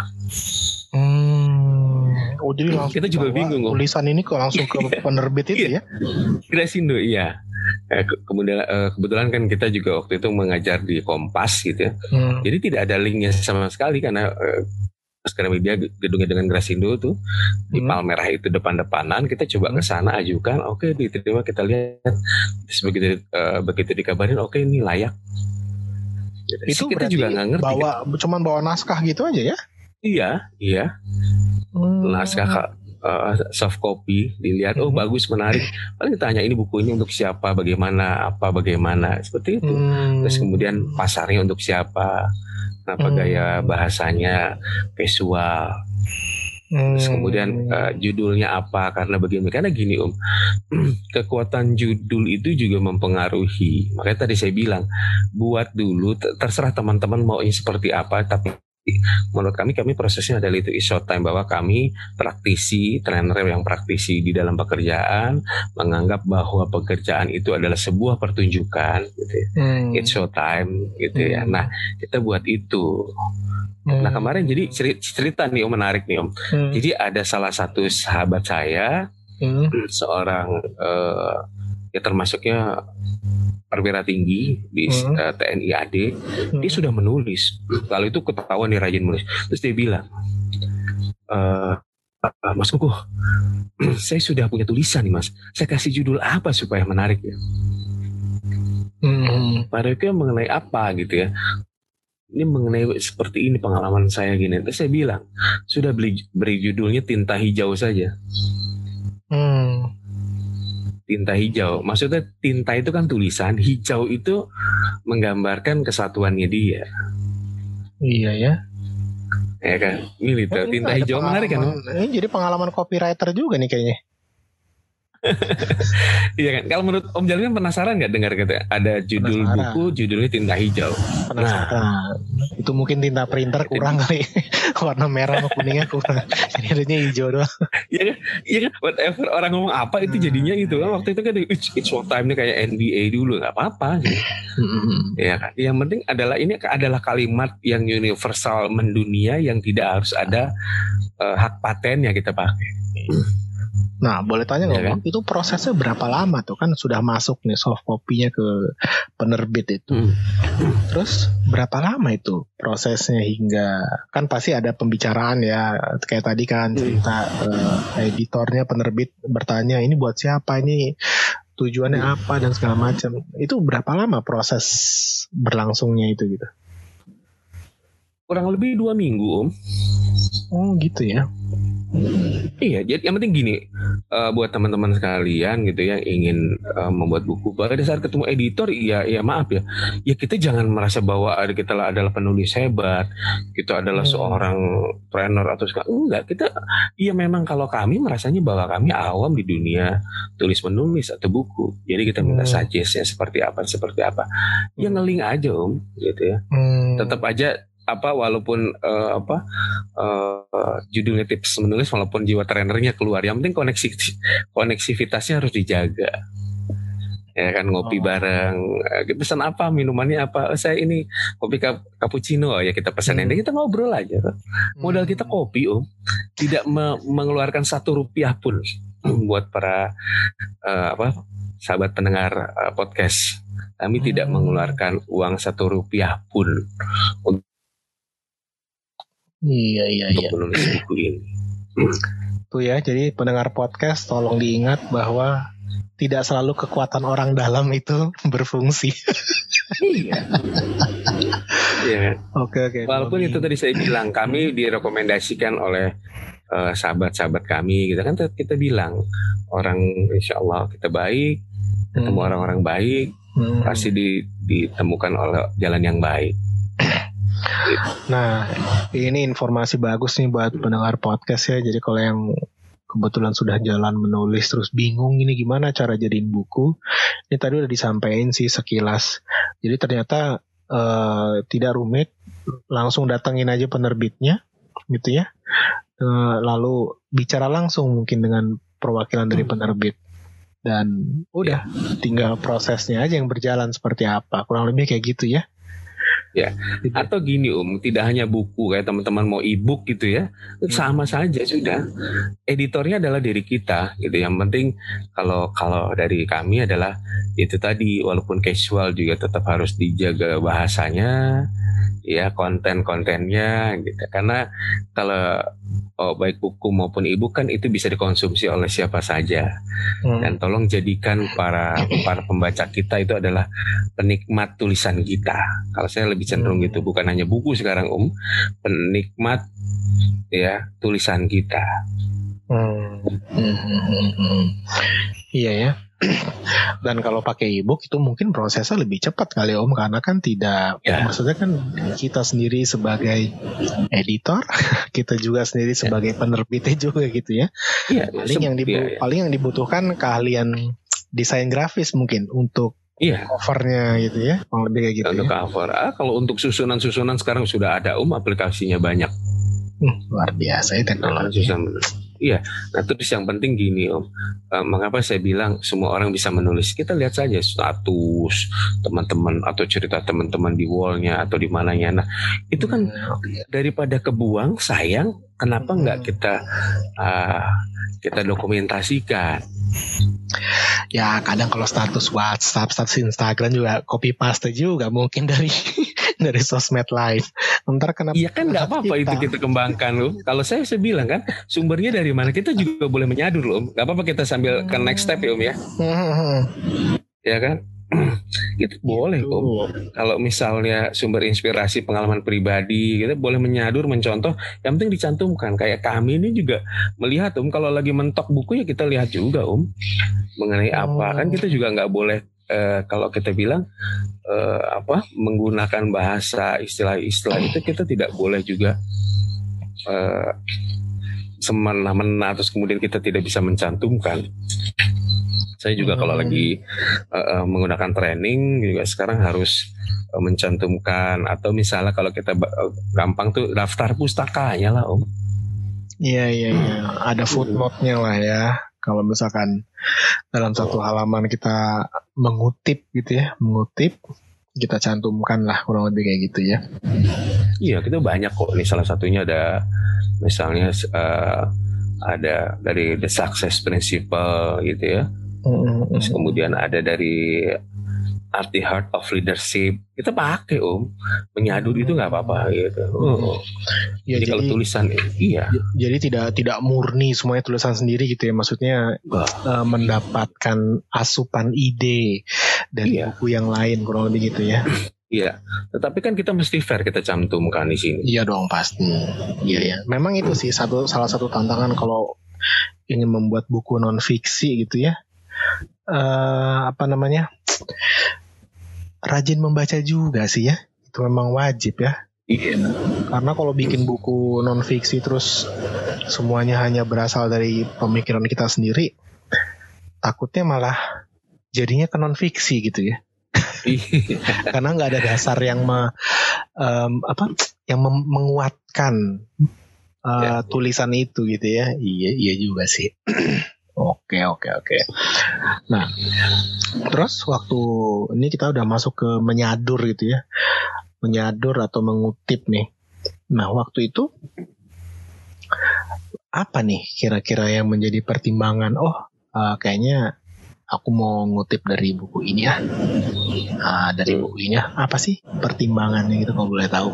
Hmm. Oh jadi langsung kita juga bingung tulisan ini kok langsung ke penerbit itu ya? Grasindo iya. Eh, ke- kemudian eh, kebetulan kan kita juga waktu itu mengajar di Kompas gitu ya. Hmm. Jadi tidak ada linknya sama sekali karena eh, Gramedia gedungnya dengan Grasindo tuh di hmm. Palmerah itu depan-depanan. Kita coba ke sana ajukan, oke okay, diterima, kita lihat. Terus begitu uh, begitu dikabarin, oke okay, ini layak. Itu kita juga nggak ngerti. Bawa kan? Cuman bawa naskah gitu aja ya? Iya, iya. Hmm. Naskah uh, soft copy dilihat, oh hmm. bagus, menarik. Paling ditanya ini buku ini untuk siapa, bagaimana, apa, bagaimana, seperti itu. Hmm. Terus kemudian pasarnya untuk siapa, apa hmm. gaya bahasanya, visual. Hmm. Terus kemudian uh, judulnya apa, karena bagaimana? Karena gini Om, kekuatan judul itu juga mempengaruhi. Makanya tadi saya bilang, buat dulu, terserah teman-teman maunya seperti apa, tapi menurut kami, kami prosesnya adalah itu is short time, bahwa kami praktisi, trainer yang praktisi di dalam pekerjaan, menganggap bahwa pekerjaan itu adalah sebuah pertunjukan, gitu ya. Hmm. It's show time, gitu hmm. ya. Nah, kita buat itu. Hmm. Nah kemarin jadi cerita nih Om, menarik nih Om. Hmm. Jadi ada salah satu sahabat saya, hmm. seorang uh, ya termasuknya perwira tinggi di hmm. uh, T N I A D, hmm. dia sudah menulis. Lalu itu ketahuan dia rajin menulis. Terus dia bilang, e, Mas Kukuh, saya sudah punya tulisan nih Mas. Saya kasih judul apa supaya menarik ya? Hmm. Padahal itu mengenai apa gitu ya? Ini mengenai seperti ini pengalaman saya gini. Terus saya bilang, sudah beli, beri judulnya Tinta Hijau saja. Hmm. Tinta hijau, maksudnya tinta itu kan tulisan, hijau itu menggambarkan kesatuannya dia. Iya ya. Ya kan, ini oh, tinta hijau menarik kan? Ini jadi pengalaman copywriter juga nih kayaknya. Iya kan, kalau menurut Om Jalin penasaran nggak dengar kata ada judul penasaran. Buku judulnya Tinta Hijau. Penasaran. Nah, itu mungkin tinta printer kurang kali, warna merah sama kuningnya kurang, jadi adanya hijau doang. Iya kan, iya kan, whatever orang ngomong apa itu jadinya gitu kan. Waktu itu kan it's short time nih kayak N B A dulu, nggak apa-apa. Gitu. Iya kan, yang penting adalah ini adalah kalimat yang universal mendunia yang tidak harus ada uh, hak paten yang kita pakai. Nah, boleh tanya nggak, ya kan? Itu prosesnya berapa lama tuh? Kan sudah masuk nih soft copy-nya ke penerbit itu. Hmm. Terus berapa lama itu prosesnya hingga, kan pasti ada pembicaraan ya, kayak tadi kan cerita hmm. uh, editornya penerbit bertanya ini buat siapa, ini tujuannya hmm. apa dan segala macam. Itu berapa lama proses berlangsungnya itu gitu? Kurang lebih dua minggu Om. Oh gitu ya. Iya, jadi yang penting gini, uh, buat teman-teman sekalian gitu yang ingin uh, membuat buku, pada saat ketemu editor, ya, ya maaf ya, ya kita jangan merasa bahwa kita adalah penulis hebat, kita adalah hmm. seorang trainer atau segala, enggak, kita, ya memang kalau kami merasanya bahwa kami awam di dunia tulis menulis atau buku, jadi kita minta hmm. suggest-nya seperti apa, seperti apa, ya ngeling aja Om, gitu ya, hmm. tetap aja. Apa walaupun uh, apa uh, judulnya tips menulis, walaupun jiwa trainernya keluar, yang penting koneksi koneksivitasnya harus dijaga. ya kan ngopi Oh. bareng. Eh, pesan apa, minumannya apa? Oh, saya ini kopi cap- cappuccino ya kita pesan Hmm. ini, kita ngobrol aja. Modal Hmm. kita kopi om, tidak me- mengeluarkan satu rupiah pun buat para eh, apa sahabat pendengar eh, podcast. Kami tidak Hmm. mengeluarkan uang satu rupiah pun untuk Iya iya iya. menulis buku ini. Tuh ya, jadi pendengar podcast tolong diingat bahwa tidak selalu kekuatan orang dalam itu berfungsi. Iya. Iya. Oke oke. Walaupun Bobby. itu tadi saya bilang, kami direkomendasikan oleh eh, sahabat-sahabat kami, gitu kan kita bilang orang insya Allah kita baik, ketemu Hmm. orang-orang baik, Hmm. pasti di- ditemukan oleh jalan yang baik. Nah, ini informasi bagus nih buat pendengar podcast ya. Jadi kalau yang kebetulan sudah jalan menulis terus bingung ini gimana cara jadiin buku, ini tadi udah disampaikan sih sekilas. Jadi ternyata eh, tidak rumit, langsung datengin aja penerbitnya, gitu ya. Eh, lalu bicara langsung mungkin dengan perwakilan dari penerbit. Dan udah, tinggal prosesnya aja yang berjalan seperti apa. Kurang lebih kayak gitu ya. Ya, atau gini Om, tidak hanya buku kayak teman-teman mau e-book gitu ya, sama saja sudah. Editornya adalah diri kita gitu. Yang penting kalau kalau dari kami adalah itu tadi, walaupun casual juga tetap harus dijaga bahasanya, ya konten-kontennya gitu. Karena kalau oh, baik buku maupun e-book kan itu bisa dikonsumsi oleh siapa saja. Hmm. Dan tolong jadikan para para pembaca kita itu adalah penikmat tulisan kita. Kalau saya lebih cenderung gitu, bukan hanya buku sekarang Om, penikmat ya tulisan kita. Hmm. Hmm, hmm, hmm, hmm. Iya ya. Dan kalau pakai e-book itu mungkin prosesnya lebih cepat kali Om, karena kan tidak, Ya. maksudnya kan kita sendiri sebagai editor, kita juga sendiri sebagai penerbitnya juga gitu ya. Iya, Paling yang dibu- iya, iya. paling yang dibutuhkan keahlian desain grafis mungkin untuk Iya. covernya gitu ya, kurang lebih kayak gitu Untuk ya. cover. Ah, kalau untuk susunan-susunan sekarang sudah ada Om, aplikasinya banyak. Hmm, luar biasa ya Nah, teknologi. susah men- Iya, nah terus yang penting gini Om, Eh, mengapa saya bilang semua orang bisa menulis? Kita lihat saja status teman-teman atau cerita teman-teman di wallnya atau di mananya. Nah itu kan daripada kebuang sayang, kenapa nggak kita ah, kita dokumentasikan? Ya kadang kalau status WhatsApp, status Instagram juga copy paste juga mungkin dari dari sosmed lain. Ntar kenapa? Iya kan nggak apa-apa itu kita kembangkan loh. Kalau saya saya bilang kan sumbernya dari mana, kita juga boleh menyadur loh Om. Nggak apa-apa kita sambil ke next step ya Om ya. Ya kan? Itu boleh Om. Kalau misalnya sumber inspirasi pengalaman pribadi kita boleh menyadur, mencontoh, yang penting dicantumkan. Kayak kami ini juga melihat Om, kalau lagi mentok buku ya kita lihat juga Om mengenai apa. Kan kita juga nggak boleh eh, kalau kita bilang eh, apa menggunakan bahasa istilah-istilah itu kita tidak boleh juga eh, semena-mena terus kemudian kita tidak bisa mencantumkan. Saya juga kalau lagi uh, menggunakan training juga sekarang harus uh, mencantumkan, atau misalnya kalau kita uh, gampang tuh daftar pustakanya lah Om. Iya iya iya, ada footnote-nya lah ya. Kalau misalkan dalam satu halaman kita mengutip gitu ya, mengutip, kita cantumkan lah kurang lebih kayak gitu ya. Iya, kita banyak kok. Ini salah satunya ada misalnya uh, ada dari The Success Principle gitu ya. Terus kemudian ada dari Art the Heart of Leadership. Kita pakai Om, menyadur itu nggak apa-apa gitu. Oh. Ya, jadi, jadi kalau tulisan iya. Jadi tidak tidak murni semuanya tulisan sendiri gitu ya. Maksudnya uh, mendapatkan asupan ide dari iya. buku yang lain kurang lebih gitu ya. Iya, tetapi kan kita mesti fair, kita cantumkan di sini. Iya dong pasti. Iya ya. Memang itu sih satu salah satu tantangan kalau ingin membuat buku non fiksi gitu ya. Uh, apa namanya? Rajin membaca juga sih ya. Itu memang wajib ya. Iya. Karena kalau bikin buku non fiksi terus semuanya hanya berasal dari pemikiran kita sendiri, takutnya malah jadinya ke non fiksi gitu ya. Karena nggak ada dasar yang me, um, apa yang mem- menguatkan uh, ya. tulisan itu gitu ya. Iya iya juga sih. Oke oke oke. Nah, terus waktu ini kita udah masuk ke menyadur gitu ya, menyadur atau mengutip nih. Nah, waktu itu apa nih kira-kira yang menjadi pertimbangan? Oh, uh, kayaknya aku mau ngutip dari buku ini ya. Uh, dari buku ini ya. Apa sih pertimbangannya gitu kalau boleh tahu?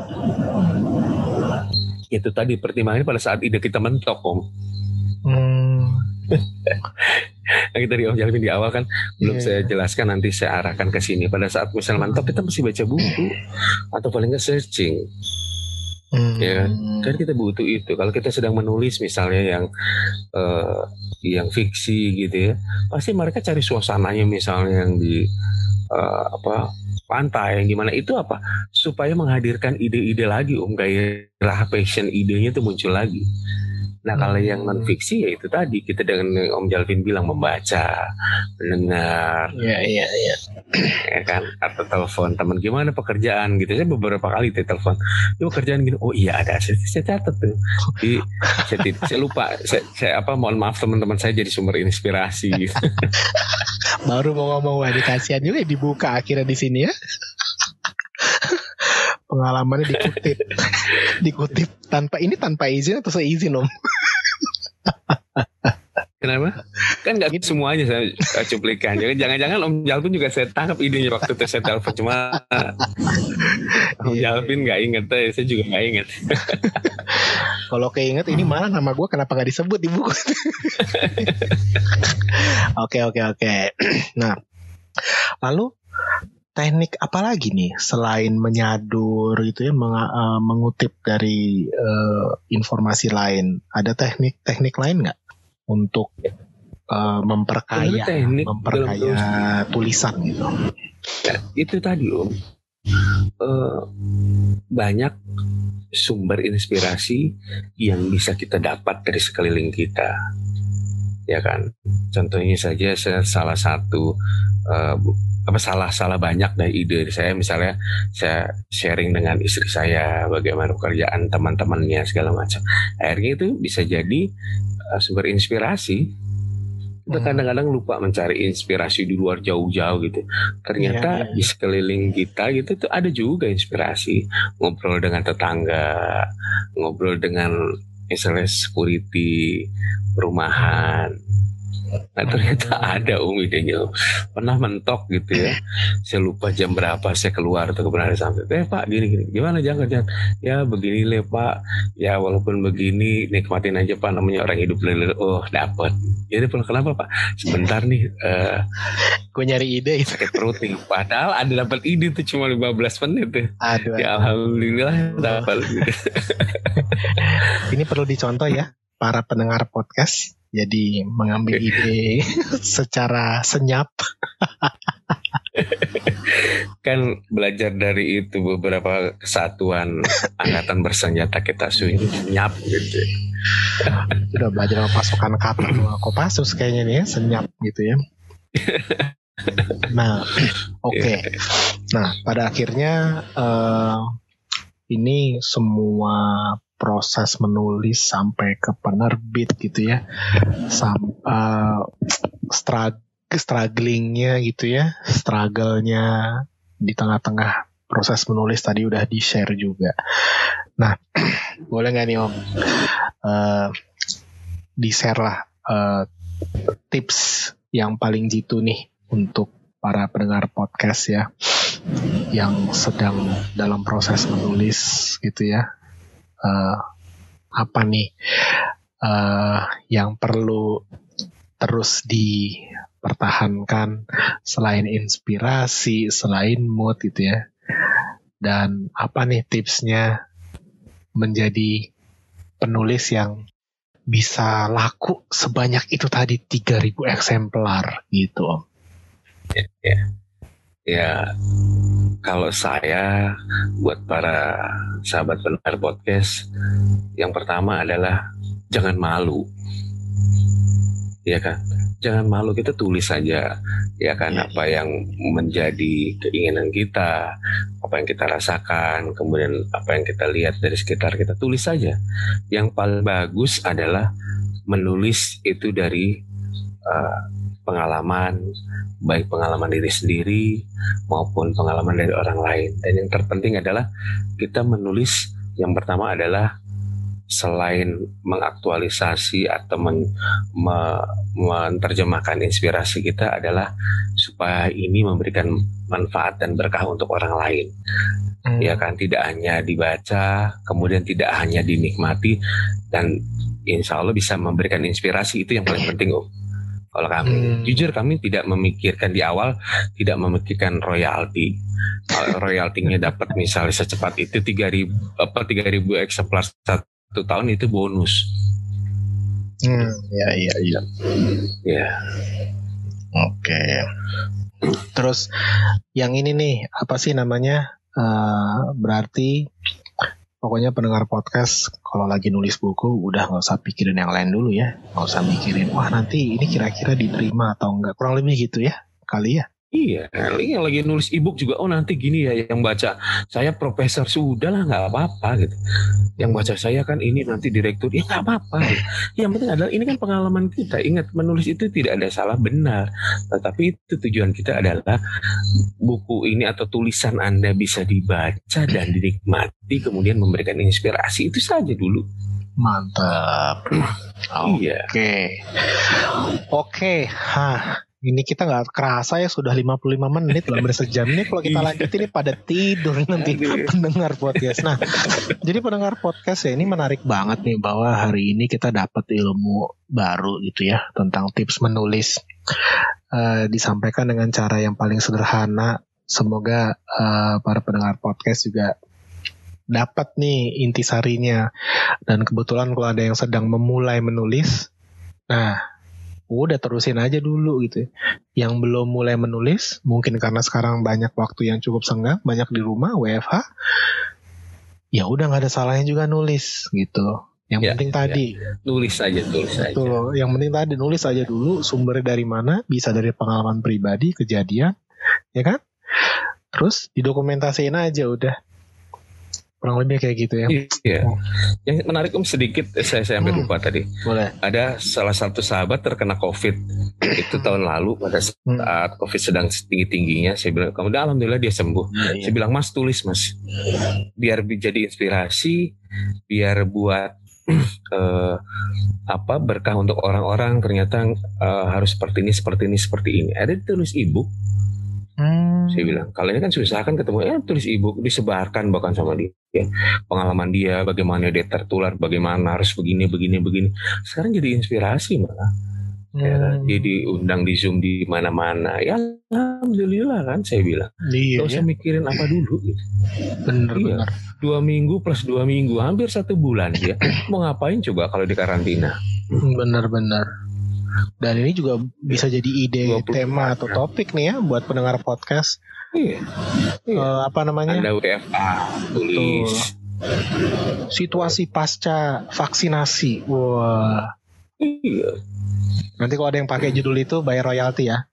Itu tadi pertimbangannya pada saat ide kita mentok, Om. Hmm. Yang tadi Om Jalvin di awal kan belum Yeah. saya jelaskan, nanti saya arahkan ke sini. Pada saat misal mentok kita mesti baca buku atau paling nggak searching. Hmm. Ya, kan kita butuh itu. Kalau kita sedang menulis misalnya yang uh, yang fiksi gitu ya, pasti mereka cari suasananya misalnya yang di uh, apa pantai yang gimana, itu apa supaya menghadirkan ide-ide lagi, Om, gairah passion idenya itu muncul lagi. Nah, kalau Hmm. yang non fiksi ya itu tadi kita dengan Om Jalvin bilang membaca, mendengar, Iya iya iya. ya kan, atau telepon teman gimana pekerjaan gitu. Saya beberapa kali tuh telepon, "Ini pekerjaan gini." Oh iya ada, saya, saya catat tuh. Jadi saya, saya lupa, saya, saya apa mohon maaf teman-teman, saya jadi sumber inspirasi. Gitu. Baru mau ngomong, wah dikasihan juga dibuka akhirnya di sini ya. Pengalamannya dikutip, dikutip tanpa ini tanpa izin atau seizin, Om? Kenapa? Kan nggak gitu semuanya saya cuplikan. Jangan-jangan Om Jalvin juga saya tangkap idenya waktu itu saya telepon, cuma Om Jalvin nggak inget, saya juga nggak inget. Kalau keinget ini malah nama gue kenapa nggak disebut di buku? Oke oke oke. Nah, lalu teknik apa lagi nih selain menyadur gitu ya, meng, uh, mengutip dari uh, informasi lain? Ada teknik-teknik lain nggak untuk uh, memperkaya teknik memperkaya tulisan gitu? Ya, itu tadi Om, uh, banyak sumber inspirasi yang bisa kita dapat dari sekeliling kita, ya kan. Contohnya saja saya salah satu uh, apa salah salah banyak dari ide saya, misalnya saya sharing dengan istri saya bagaimana pekerjaan teman-temannya segala macam, akhirnya itu bisa jadi uh, sumber inspirasi. Kita kadang-kadang lupa mencari inspirasi di luar jauh-jauh gitu. Ternyata yeah, yeah. di sekeliling kita gitu tuh ada juga inspirasi. Ngobrol dengan tetangga, ngobrol dengan misalnya security perumahan. Nah ternyata ada Om idenya, pernah mentok gitu ya. Saya lupa jam berapa saya keluar atau kebenaran sampai, eh Pak gini-gini, gimana jangan jangan, ya begini le Pak, ya walaupun begini nikmatin aja Pak, namanya orang hidup lele. Oh dapat. Jadi kenapa Pak? Sebentar nih, uh, gue nyari ide itu. Sakit perut nih. Padahal ada dapat ide tuh cuma lima belas menit tuh. Aduh. Ya alhamdulillah dapat. Ini perlu dicontoh ya para pendengar podcast. Jadi mengambil ide secara senyap. Kan belajar dari itu beberapa kesatuan angkatan bersenjata kita senyap gitu. Udah belajar pasukan kata Kopassus kayaknya nih ya, senyap gitu ya. Nah, oke. Okay. Nah, pada akhirnya uh, ini semua proses menulis sampai ke penerbit gitu ya, Sam, uh, strugg- strugglingnya gitu ya, struggle-nya di tengah-tengah proses menulis tadi udah di-share juga. Nah, boleh nggak nih Om, uh, di-share lah uh, tips yang paling jitu nih untuk para pendengar podcast ya, yang sedang dalam proses menulis gitu ya. Uh, apa nih uh, yang perlu terus dipertahankan selain inspirasi, selain mood gitu ya, dan apa nih tipsnya menjadi penulis yang bisa laku sebanyak itu tadi, tiga ribu eksemplar gitu Om. Ya, ya. Ya, kalau saya buat para sahabat pendengar podcast, yang pertama adalah jangan malu, ya kan? Jangan malu, kita tulis saja, ya kan, apa yang menjadi keinginan kita, apa yang kita rasakan, kemudian apa yang kita lihat dari sekitar kita, tulis saja. Yang paling bagus adalah menulis itu dari uh, pengalaman, baik pengalaman diri sendiri maupun pengalaman dari orang lain. Dan yang terpenting adalah kita menulis, yang pertama adalah selain mengaktualisasi atau men, me, menerjemahkan inspirasi kita adalah supaya ini memberikan manfaat dan berkah untuk orang lain. Hmm. Ya kan, tidak hanya dibaca, kemudian tidak hanya dinikmati, dan insya Allah bisa memberikan inspirasi. Itu yang paling penting, Om. Kalau kami, hmm. jujur kami tidak memikirkan di awal, tidak memikirkan royalti. Royaltinya dapat misalnya secepat itu tiga ribu apa tiga ribu eksemplar satu tahun itu bonus. Hmm, ya iya iya. Ya. Oke. Terus yang ini nih, apa sih namanya? Uh, berarti pokoknya pendengar podcast kalau lagi nulis buku udah nggak usah pikirin yang lain dulu ya, nggak usah mikirin wah nanti ini kira-kira diterima atau enggak, kurang lebih gitu ya kali ya. Iya, yang lagi nulis ebook juga, oh nanti gini ya yang baca saya profesor, sudahlah nggak apa-apa gitu. Yang baca saya kan ini nanti direktur, ya nggak apa-apa. Gitu. Yang penting adalah ini kan pengalaman kita. Ingat, menulis itu tidak ada salah benar, tetapi itu tujuan kita adalah buku ini atau tulisan Anda bisa dibaca dan dinikmati, kemudian memberikan inspirasi, itu saja dulu. Mantap. Oke, iya. Oke, hah. Ini kita nggak kerasa ya sudah lima puluh lima menit lah, bersejam nih kalau kita lanjut ini pada tidur nanti pendengar podcast. Nah, jadi pendengar podcast ya ini menarik banget nih bahwa hari ini kita dapat ilmu baru gitu ya tentang tips menulis, uh, disampaikan dengan cara yang paling sederhana. Semoga uh, para pendengar podcast juga dapat nih intisarinya. Dan kebetulan kalau ada yang sedang memulai menulis, nah udah terusin aja dulu gitu. Yang belum mulai menulis, mungkin karena sekarang banyak waktu yang cukup senggang, banyak di rumah, W F H, ya udah nggak ada salahnya juga nulis gitu. Yang ya, penting ya. tadi nulis aja, tulis aja. Tuh, yang penting tadi nulis aja dulu, sumbernya dari mana, bisa dari pengalaman pribadi, kejadian, ya kan? Terus didokumentasiin aja udah. Kurang lebih kayak gitu ya. Iya. Oh. Yang menarik Om sedikit, saya saya hampir hmm. lupa tadi. Boleh. Ada salah satu sahabat terkena COVID itu tahun lalu pada saat hmm. COVID sedang tinggi-tingginya. Saya bilang, kemudian alhamdulillah dia sembuh. Ya, iya. Saya bilang, Mas tulis Mas, biar jadi inspirasi, biar buat uh, apa berkah untuk orang-orang. Ternyata uh, harus seperti ini, seperti ini, seperti ini. Ada ditulis ebook. Hmm. Saya bilang, kalau ini kan susah kan ketemu, ya tulis ebook, disebarkan bahkan sama dia, ya, pengalaman dia, bagaimana dia tertular, bagaimana harus begini, begini, begini. Sekarang jadi inspirasi malah, hmm. ya, dia diundang di Zoom di mana-mana, ya alhamdulillah kan, saya bilang, iya, gak usah ya. mikirin apa dulu, gitu. Bener, iya. bener. Dua minggu plus dua minggu, hampir satu bulan dia mau ngapain coba kalau di karantina? Bener-bener. Dan ini juga bisa jadi ide tema atau topik nih ya buat pendengar podcast. Iya. iya. Uh, apa namanya? Anda W F A tulis. Situasi pasca vaksinasi. Wah. Iya. Nanti kalau ada yang pakai judul itu bayar royalti ya.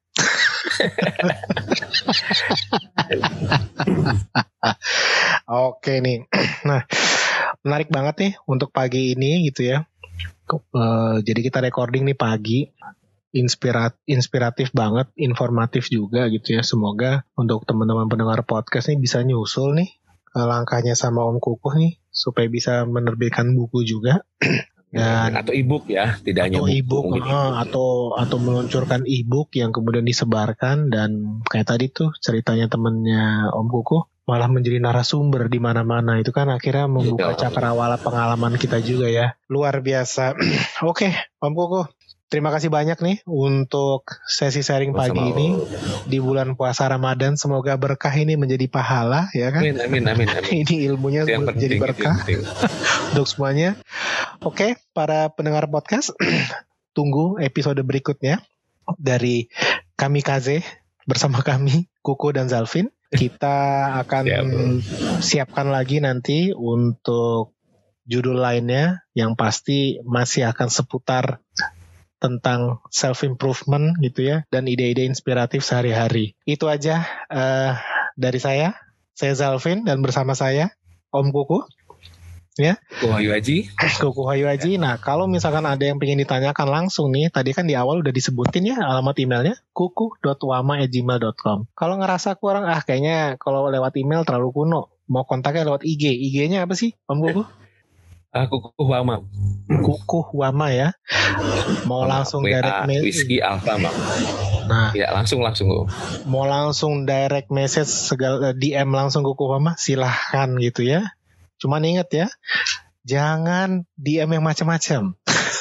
Oke nih. Nah, menarik banget nih untuk pagi ini gitu ya. Uh, jadi kita recording nih pagi, inspirat, inspiratif banget, informatif juga gitu ya. Semoga untuk teman-teman pendengar podcast nih bisa nyusul nih uh, langkahnya sama Om Kukuh nih supaya bisa menerbitkan buku juga. Dan atau e-book ya, tidak hanya buku, e-book uh, atau atau meluncurkan e-book yang kemudian disebarkan. Dan kayak tadi tuh ceritanya temennya Om Kukuh malah menjadi narasumber di mana-mana, itu kan akhirnya membuka cakrawala pengalaman kita juga ya. Luar biasa. Oke, Om Kukuh, terima kasih banyak nih untuk sesi sharing pagi Sama ini di bulan puasa Ramadan. Semoga berkah ini menjadi pahala ya kan. Amin amin amin. amin. Ini ilmunya menjadi berkah untuk semuanya. Oke, para pendengar podcast, tunggu episode berikutnya dari Kamikaze bersama kami Kukuh dan Zalvin. Kita akan Siap. siapkan lagi nanti untuk judul lainnya yang pasti masih akan seputar tentang self improvement gitu ya, dan ide-ide inspiratif sehari-hari. Itu aja uh, dari saya. Saya Zalvin dan bersama saya Om Kukuh. ya. Kuku Wahyu Aji. Kuku Wahyu Aji. Nah, kalau misalkan ada yang pengen ditanyakan langsung nih, tadi kan di awal udah disebutin ya alamat emailnya kuku dot wama at gmail dot com. Kalau ngerasa kurang, ah kayaknya kalau lewat email terlalu kuno, mau kontaknya lewat I G. I G-nya apa sih, Om Kuku? Ah, Kuku Wama. Kuku Wama ya. Mau Wama, langsung W A, direct mail. Whiskey Alpha, Mak. Nah, ya langsung langsung. Mau langsung direct message segala D M langsung Kuku Wama, silahkan gitu ya. Cuman inget ya, jangan D M yang macam-macam.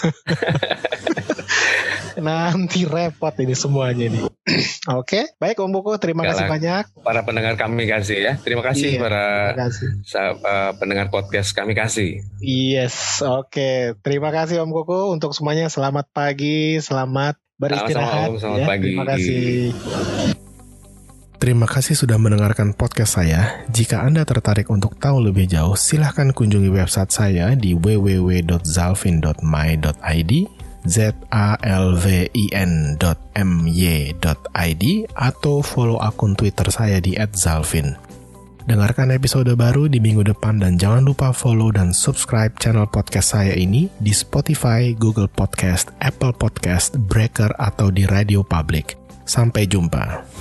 Nanti repot ini semuanya nih. Oke, okay. Baik Om Kuku, terima Gak kasih lah. banyak. Para pendengar kami kasih ya. Terima kasih iya, para terima kasih. Uh, pendengar podcast kami kasih. Yes, oke. Okay. Terima kasih Om Kuku untuk semuanya. Selamat pagi, selamat beristirahat. Selamat, selamat ya. pagi. Terima kasih. Terima kasih sudah mendengarkan podcast saya. Jika Anda tertarik untuk tahu lebih jauh, silahkan kunjungi website saya di w w w dot zalvin dot my dot i d, z a l v i n dot m y dot i d, atau follow akun Twitter saya di at zalvin. Dengarkan episode baru di minggu depan dan jangan lupa follow dan subscribe channel podcast saya ini di Spotify, Google Podcast, Apple Podcast, Breaker, atau di Radio Public. Sampai jumpa.